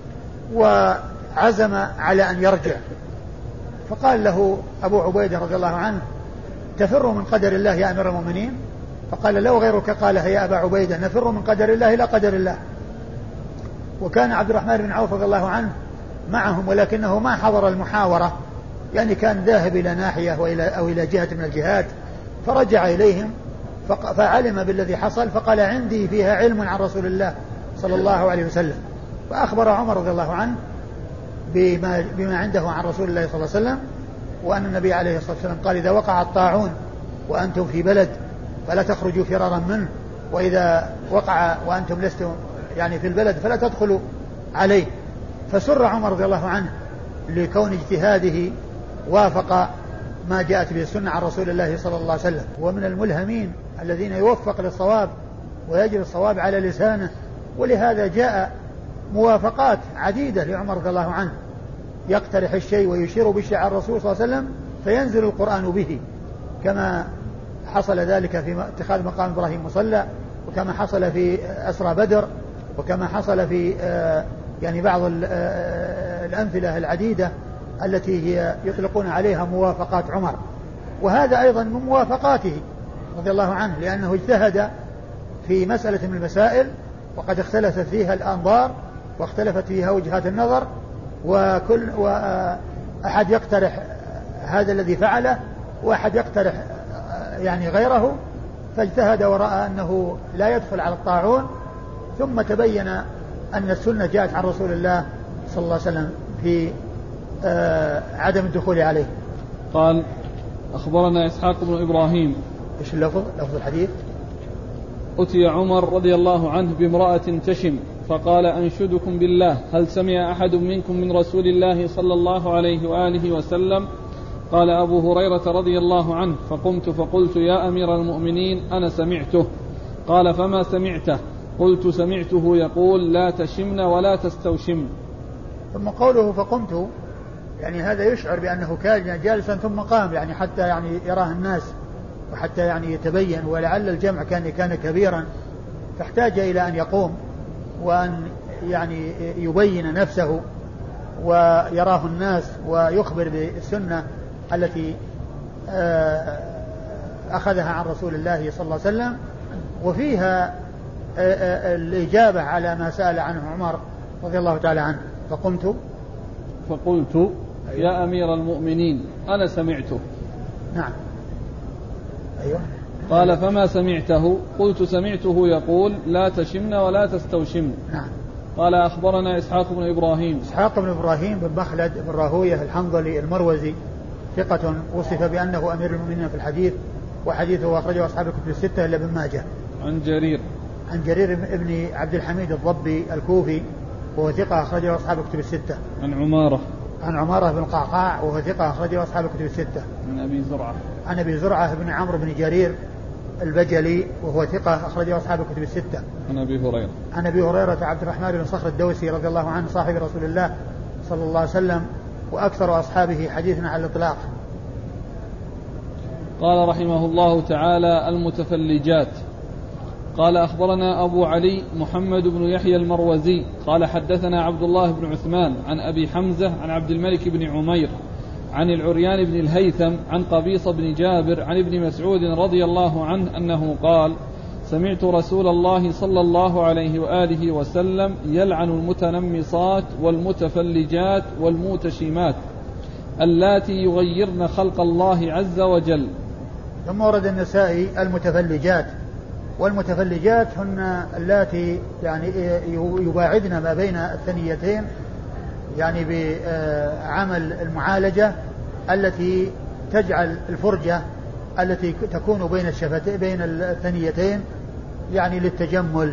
وعزم على أن يرجع. فقال له أبو عبيدة رضي الله عنه تفر من قدر الله يا أمير المؤمنين؟ فقال لو غيرك قالها يا أبا عبيدة نفر من قدر الله إلى قدر الله. وكان عبد الرحمن بن عوف رضي الله عنه معهم ولكنه ما حضر المحاورة، يعني كان ذاهب إلى ناحية أو إلى جهة من الجهات، فرجع إليهم فعلم بالذي حصل فقال عندي فيها علم عن رسول الله صلى الله عليه وسلم. فأخبر عمر رضي الله عنه بما عنده عن رسول الله صلى الله عليه وسلم، وأن النبي عليه الصلاة والسلام قال إذا وقع الطاعون وأنتم في بلد فلا تخرجوا فرارا منه، وإذا وقع وأنتم لستم يعني في البلد فلا تدخلوا عليه. فسر عمر رضي الله عنه لكون اجتهاده وافق ما جاءت به السنة عن رسول الله صلى الله عليه وسلم. ومن الملهمين الذين يوفق للصواب ويجري الصواب على لسانه، ولهذا جاء موافقات عديدة لعمر رضي الله عنه، يقترح الشيء ويشير بالشيء عن الرسول صلى الله عليه وسلم فينزل القرآن به، كما حصل ذلك في اتخاذ مقام إبراهيم مصلى، وكما حصل في أسرى بدر، وكما حصل في يعني بعض الأمثلة العديدة التي هي يطلقون عليها موافقات عمر. وهذا أيضا من موافقاته رضي الله عنه، لأنه اجتهد في مسألة من المسائل وقد اختلفت فيها الأنظار واختلفت فيها وجهات النظر، وأحد يقترح هذا الذي فعله وأحد يقترح يعني غيره، فاجتهد ورأى أنه لا يدخل على الطاعون، ثم تبين أن السنة جاءت عن رسول الله صلى الله عليه وسلم في عدم الدخول عليه. قال أخبرنا إسحاق بن إبراهيم. إيش اللفظ؟ لفظ الحديث: أتي عمر رضي الله عنه بامرأة تشم فقال أنشدكم بالله هل سمع أحد منكم من رسول الله صلى الله عليه وآله وسلم؟ قال أبو هريرة رضي الله عنه فقمت فقلت يا أمير المؤمنين أنا سمعته. قال فما سمعته؟ قلت سمعته يقول لا تشمن ولا تستوشمن. ثم قوله فقمت يعني هذا يشعر بأنه كان جالسا ثم قام، يعني حتى يعني يراه الناس وحتى يعني يتبين، ولعل الجمع كان كبيرا فاحتاج إلى أن يقوم وأن يعني يبين نفسه ويراه الناس ويخبر بالسنة التي أخذها عن رسول الله صلى الله عليه وسلم، وفيها الإجابة على ما سأل عنه عمر رضي الله تعالى عنه. فقلت يا أمير المؤمنين أنا سمعته. نعم. أيوة. قال فما سمعته؟ قلت سمعته يقول لا تشمن ولا تستوشمن. نعم. قال أخبرنا إسحاق بن إبراهيم. إسحاق بن إبراهيم بن مخلد بن راهوية الحنظلي المروزي ثقة وصف بأنه أمير المؤمنين في الحديث، وحديثه أخرجه أصحاب الكتب الستة إلا ابن ماجه. عن جرير بن عبد الحميد الضبي الكوفي وهو ثقة أخرجه أصحاب الكتب الستة. عن عن عمارة بن القعقاع وهو ثقة أخرجه أصحاب الكتب الستة. عن أبي زرعة بن عمرو بن جرير البجلي وهو ثقة أخرجه أصحاب الكتب الستة. عن أبي هريرة عبد الرحمن بن صخر الدوسي رضي الله عنه صاحب رسول الله صلى الله عليه وسلم وأكثر أصحابه حديثنا على الإطلاق. قال رحمه الله تعالى: المتفلجات. قال أخبرنا أبو علي محمد بن يحيى المروزي قال حدثنا عبد الله بن عثمان عن أبي حمزة عن عبد الملك بن عمير عن العريان بن الهيثم عن قبيصة بن جابر عن ابن مسعود رضي الله عنه أنه قال: سمعت رسول الله صلى الله عليه وآله وسلم يلعن المتنمصات والمتفلجات والموتشمات اللاتي يغيرن خلق الله عز وجل. ثم ورد النسائي المتفلجات، والمتفلجات هن اللاتي يعني يباعدن ما بين الثنيتين، يعني بعمل المعالجة التي تجعل الفرجة التي تكون بين الشفتين بين الثنيتين يعني للتجمل.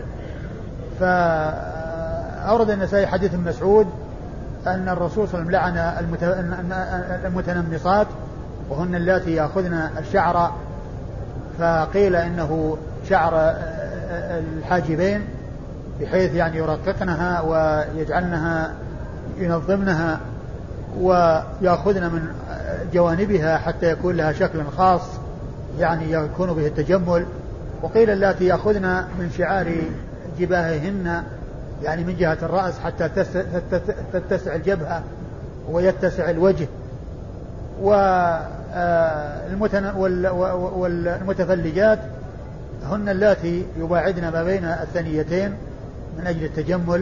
فأورد النسائي حديث ابن مسعود أن الرسول صلى الله عليه وسلم لعن المتنمصات وهن اللاتي يأخذن الشعر، فقيل إنه شعر الحاجبين بحيث يعني يرققنها ويجعلنها ينظمنها ويأخذن من جوانبها حتى يكون لها شكل خاص يعني يكون به التجمل. وقيل اللاتي يأخذن من شعار جباههن يعني من جهة الرأس حتى تتسع الجبهة ويتسع الوجه. والمتفلجات هن اللاتي يباعدن ما بين الثنيتين من أجل التجمل.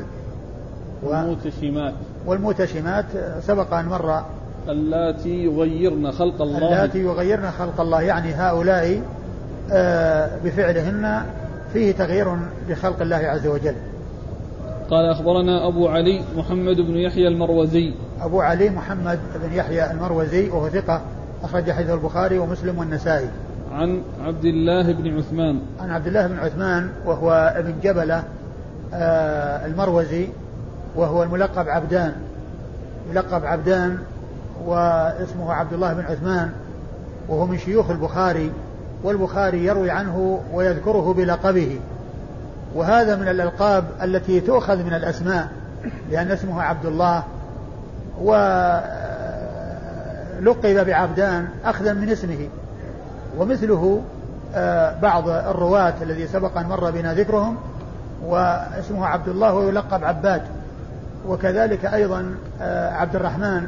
والموتشمات سبق أن مر اللاتي يغيرن خلق الله، اللاتي يغيرن خلق الله يعني هؤلاء بفعلهن فيه تغيير لخلق الله عز وجل. قال أخبرنا أبو علي محمد بن يحيى المروزي. أبو علي محمد بن يحيى المروزي وهو ثقة أخرج حديث البخاري ومسلم والنسائي. عن عبد الله بن عثمان. عن عبد الله بن عثمان وهو ابن جبلة المروزي وهو الملقب عبدان، يلقب عبدان واسمه عبد الله بن عثمان، وهو من شيوخ البخاري، والبخاري يروي عنه ويذكره بلقبه، وهذا من الألقاب التي تؤخذ من الأسماء لأن اسمه عبد الله، ولقب بعبدان أخذا من اسمه. ومثله بعض الرواة الذي سبق أن مر بنا ذكرهم واسمه عبد الله ويلقب عباد، وكذلك أيضا عبد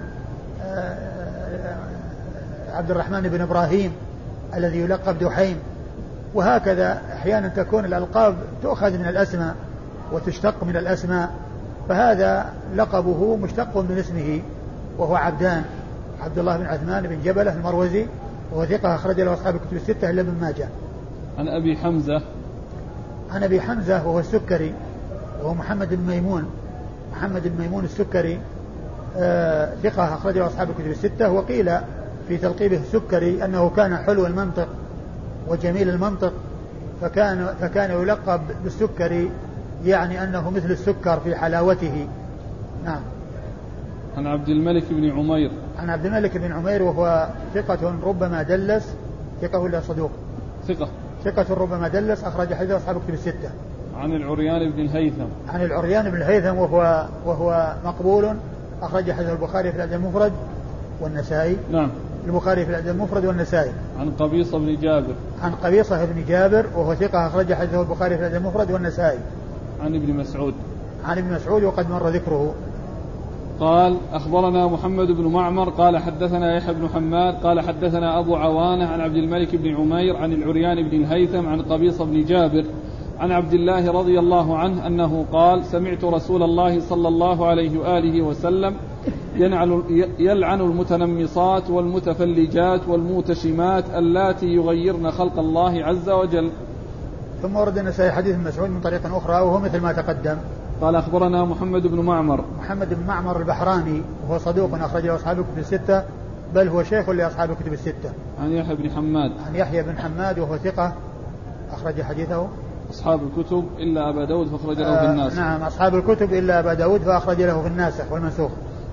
الرحمن بن إبراهيم الذي يلقب دحيم. وهكذا أحيانا تكون الألقاب تؤخذ من الأسماء وتشتق من الأسماء، فهذا لقبه مشتق من اسمه وهو عبدان، عبد الله بن عثمان بن جبلة المروزي، وهو ثقة أخرج له أصحاب الكتب الستة إلا ابن ماجه. عن أبي حمزة. عن أبي حمزة وهو السكري وهو محمد بن ميمون السكري ثقة أخرج له أصحاب الكتب الستة. وقيل في تلقيبه السكري أنه كان حلو المنطق وجميل المنطق، فكان يلقب بالسكري يعني أنه مثل السكر في حلاوته. نعم. عن عبد الملك بن عمير. عن عبد الملك بن عمير وهو ثقة ربما دلس، ثقة ولا صدوق؟ ثقة ربما دلس أخرج حديث أصحاب الكتب الستة. عن العريان بن الهيثم. عن العريان بن الهيثم وهو مقبول أخرج حديث البخاري في الأدب المفرد والنسائي. نعم. البخاري في الأدب المفرد والنسائي. عن قبيصة بن جابر. عن قبيصة بن جابر وهو ثقة أخرج حديثه البخاري في الأدب المفرد والنسائي. عن ابن مسعود. عن ابن مسعود وقد مر ذكره. قال أخبرنا محمد بن معمر قال حدثنا يحيى بن حماد قال حدثنا أبو عوانة عن عبد الملك بن عمير عن العريان بن الهيثم عن قبيصة بن جابر عن عبد الله رضي الله عنه أنه قال: سمعت رسول الله صلى الله عليه وآله وسلم يلعن المتنمصات والمتفلجات والموتشمات اللاتي يغيرن خلق الله عز وجل. ثم ورد النسائي حديث مسعود من طريق أخرى وهو مثل ما تقدم. قال أخبرنا محمد بن معمر. محمد بن معمر البحراني وهو صدوق أخرج له أصحاب الكتب الستة، بل هو شيخ لأصحاب الكتب الستة. عن يحيى بن حماد. عن يحيى بن حماد وهو ثقة أخرج حديثه أصحاب الكتب إلا أبا داود فأخرج له في الناسخ. نعم، أصحاب الكتب إلا أبا داود فأخرج له في الناسخ والمنسوخ.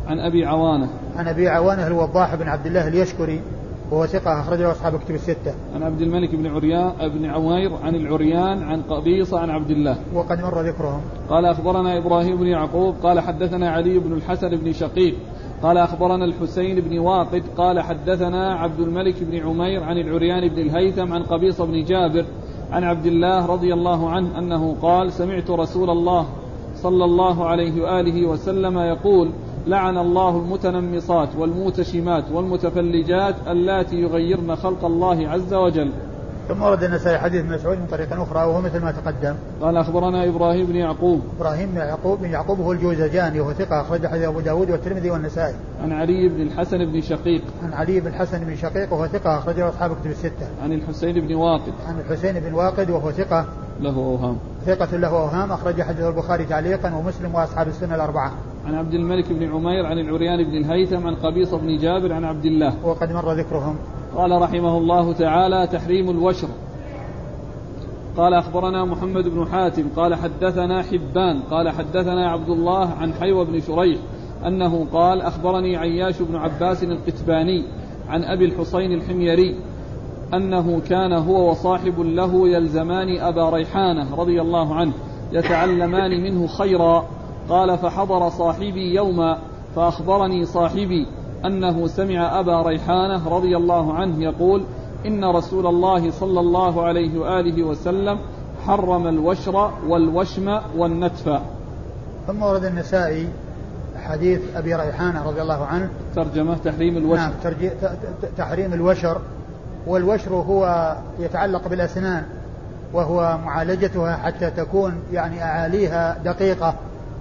عن أبي عوانة. عن أبي عوانة الوضاح بن عبد الله اليشكري وهو ثقة أخرج له أصحاب الكتب الستة. عن عبد الملك بن عوير عن العريان عن قبيصة عن عبد الله وقد مر ذكرهم. قال أخبرنا إبراهيم بن يعقوب قال حدثنا علي بن الحسن بن شقيق قال أخبرنا الحسين بن واقد قال حدثنا عبد الملك بن عمير عن العريان بن الهيثم عن قبيصة بن جابر عن عبد الله رضي الله عنه أنه قال سمعت رسول الله صلى الله عليه وآله وسلم يقول لعن الله المتنمصات والموتشمات والمتفلجات اللاتي يغيرن خلق الله عز وجل. ثم ورد النسائي حديث مسعود من طريق أخرى وهو مثل ما تقدم. قال أخبرنا إبراهيم بن يعقوب. إبراهيم بن يعقوب هو الجوزجاني وهو ثقة أخرج حديث أبو داود والترمذي والنسائي. عن علي بن الحسن بن شقيق. عن علي بن الحسن بن شقيق وهو ثقة أخرج له أصحاب الكتب الستة. عن الحسين بن واقد. عن الحسين بن واقد وهو ثقة له أوهام. ثقة له أوهام أخرج حديث البخاري تعليقا ومسلم وأصحاب السنة الأربعة. عن عبد الملك بن عمير عن العريان بن الهيثم عن قبيصة بن جابر عن عبد الله وقد مر ذكرهم. قال رحمه الله تعالى تحريم الوشر. قال أخبرنا محمد بن حاتم قال حدثنا حبان قال حدثنا عبد الله عن حيوى بن شريح أنه قال أخبرني عياش بن عباس القتباني عن أبي الحسين الحميري أنه كان هو وصاحب له يلزمان أبا ريحانة رضي الله عنه يتعلمان منه خيرا. قال فحضر صاحبي يوما فأخبرني صاحبي أنه سمع أبا ريحانة رضي الله عنه يقول إن رسول الله صلى الله عليه وآله وسلم حرم الوشر والوشم والنتف. ثم ورد النسائي حديث أبي ريحانة رضي الله عنه ترجمة تحريم الوشر. نعم تحريم الوشر. والوشر هو يتعلق بالأسنان وهو معالجتها حتى تكون يعني أعاليها دقيقة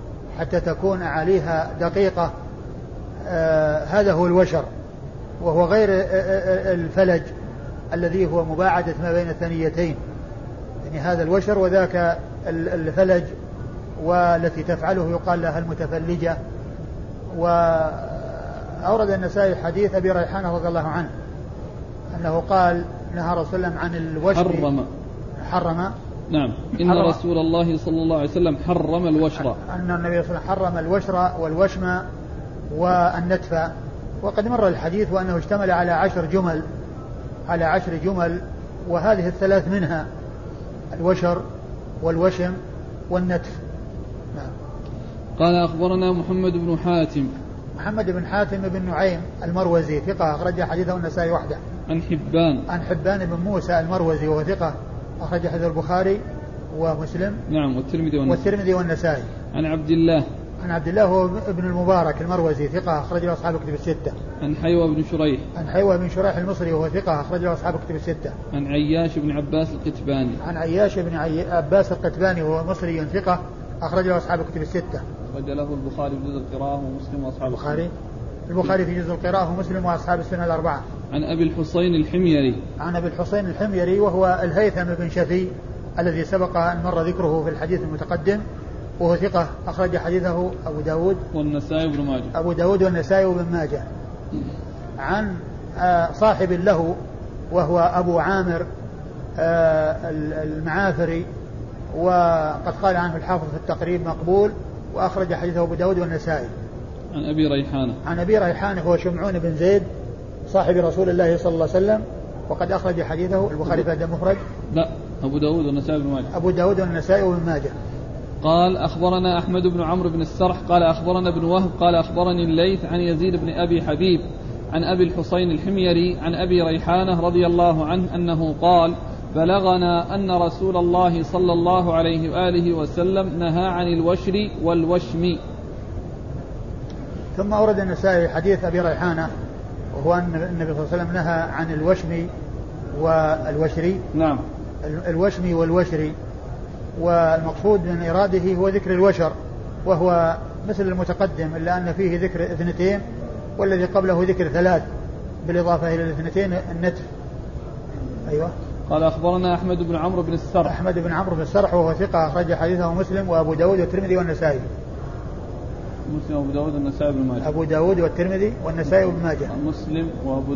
هذا هو الوشر وهو غير الفلج الذي هو مباعدة ما بين الثنيتين يعني هذا الوشر وذاك الفلج والتي تفعله يقال لها المتفلجة. وأورد النسائي حديث أبي ريحانة رضي الله عنه أنه قال نهى رسول الله عن الوشم حرم نعم إن رسول الله صلى الله عليه وسلم حرم الوشر أن النبي صلى الله عليه وسلم حرم الوشر والوشم والنتف. وقد مر الحديث وأنه اشتمل على 10 جمل وهذه الثلاث منها الوشر والوشم والنتف. نعم. قال أخبرنا محمد بن حاتم بن نعيم المروزي ثقة أخرج حديثه النسائي وحده. عن حبان بن موسى المروزي وهو ثقة أخرج حديث البخاري ومسلم نعم والترمذي والنسائي. عن عبد الله هو ابن المبارك المروزي ثقة أخرج له أصحاب الكتب الستة. عن حيوى بن شريح المصري وهو ثقة أخرج له أصحاب الكتب الستة. عن عياش بن عباس القتباني وهو مصري ثقة أخرج له أصحاب الكتب الستة. أخرج له البخاري في جزء القراءة ومسلم وأصحاب البخاري في جزء القراءة ومسلم وأصحاب السنة الأربعة. عن أبي الحسين الحميري وهو الهيثم بن شفي الذي سبق أن مر ذكره في الحديث المتقدم وهو ثقة أخرج حديثه أبو داود والنسائي وابن ماجه. عن صاحب له وهو أبو عامر المعافري وقد قال عنه الحافظ في التقريب مقبول وأخرج حديثه أبو داود والنسائي. عن أبي ريحانة هو شمعون بن زيد صاحب رسول الله صلى الله عليه وسلم وقد أخرج حديثه البخاري في الأدب المفرد. لا أبو داود والنسائي وابن ماجه. قال أخبرنا أحمد بن عمرو بن السرح قال أخبرنا ابن وهب قال أخبرني الليث عن يزيد بن أبي حبيب عن أبي الحسين الحميري عن أبي ريحانة رضي الله عنه أنه قال بلغنا أن رسول الله صلى الله عليه وآله وسلم نهى عن الوشر والوشم. ثم أورد النسائي حديث أبي ريحانة وهو أن النبي صلى الله عليه وسلم نهى عن الوشم والوشر. نعم. الوشم والوشر والمقصود من إراده هو ذكر الوشر وهو مثل المتقدم إلا أن فيه ذكر 2 والذي قبله ذكر 3 بالإضافة إلى 2 النتف. أيوة. قال أخبرنا أحمد بن عمرو بن السرح وهو ثقة أخرج حديثه مسلم وأبو داود والترمذي والنسائي. أبو داود والترمذي والنسائي وابن ماجه. مسلم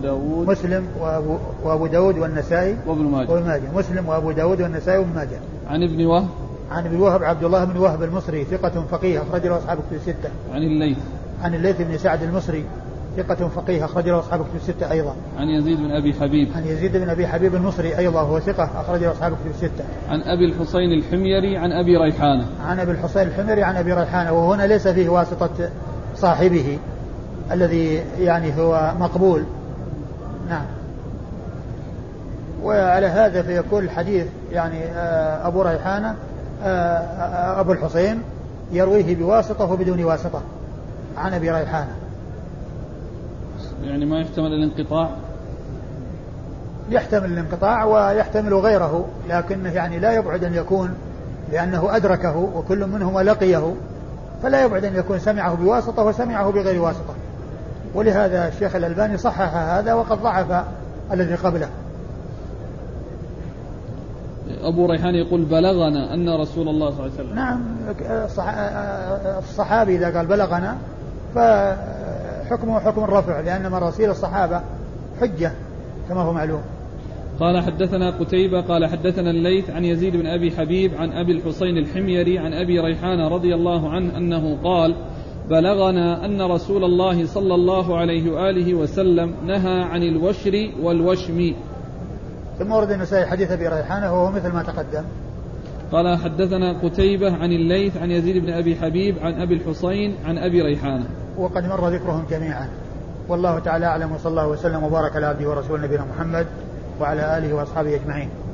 وأبو داود والنسائي وابن ماجه. مسلم وأبو داود والنسائي وابن ماجه. عن ابن وهب عبد الله بن وهب المصري ثقة فقيه أخرج له أصحاب الكتب الستة. عن عن الليث بن سعد المصري ثقة فقيه أخرج له أصحاب كتب الستة أيضا. عن يزيد بن أبي حبيب. عن يزيد بن أبي حبيب المصري أيضا هو ثقة أخرج له أصحاب كتب الستة. عن أبي الحسين الحميري عن أبي ريحانة. عن أبي الحسين الحميري عن أبي ريحانة، وهنا ليس فيه واسطة صاحبه الذي يعني هو مقبول. نعم. وعلى هذا فيكون الحديث يعني أبو ريحانة أبو الحسين يرويه بواسطة وبدون واسطة عن أبي ريحانة، يعني ما يحتمل الانقطاع. يحتمل الانقطاع ويحتمل غيره، لكنه يعني لا يبعد أن يكون، لأنه أدركه وكل منهما لقيه، فلا يبعد أن يكون سمعه بواسطة وسمعه بغير واسطة. ولهذا الشيخ الألباني صحح هذا وقد ضعف الذي قبله. أبو ريحان يقول بلغنا أن رسول الله صلى الله عليه وسلم. نعم، الصحابي إذا قال بلغنا فحكمه حكم الرفع، لأن مراسيل الصحابة حجة كما هو معلوم. قال حدثنا قتيبة قال حدثنا الليث عن يزيد بن أبي حبيب عن أبي الحسين الحميري عن أبي ريحان رضي الله عنه أنه قال بلغنا أن رسول الله صلى الله عليه وآله وسلم نهى عن الوشر والوشم. ثم ورد النسائي حديث أبي ريحانة وهو مثل ما تقدم. قال حدثنا قتيبة عن الليث عن يزيد بن أبي حبيب عن أبي الحسين عن أبي ريحانة، وقد مر ذكرهم جميعا. والله تعالى أعلم، وصلى الله وسلم وبارك على عبده ورسوله نبينا محمد وعلى آله وأصحابه أجمعين.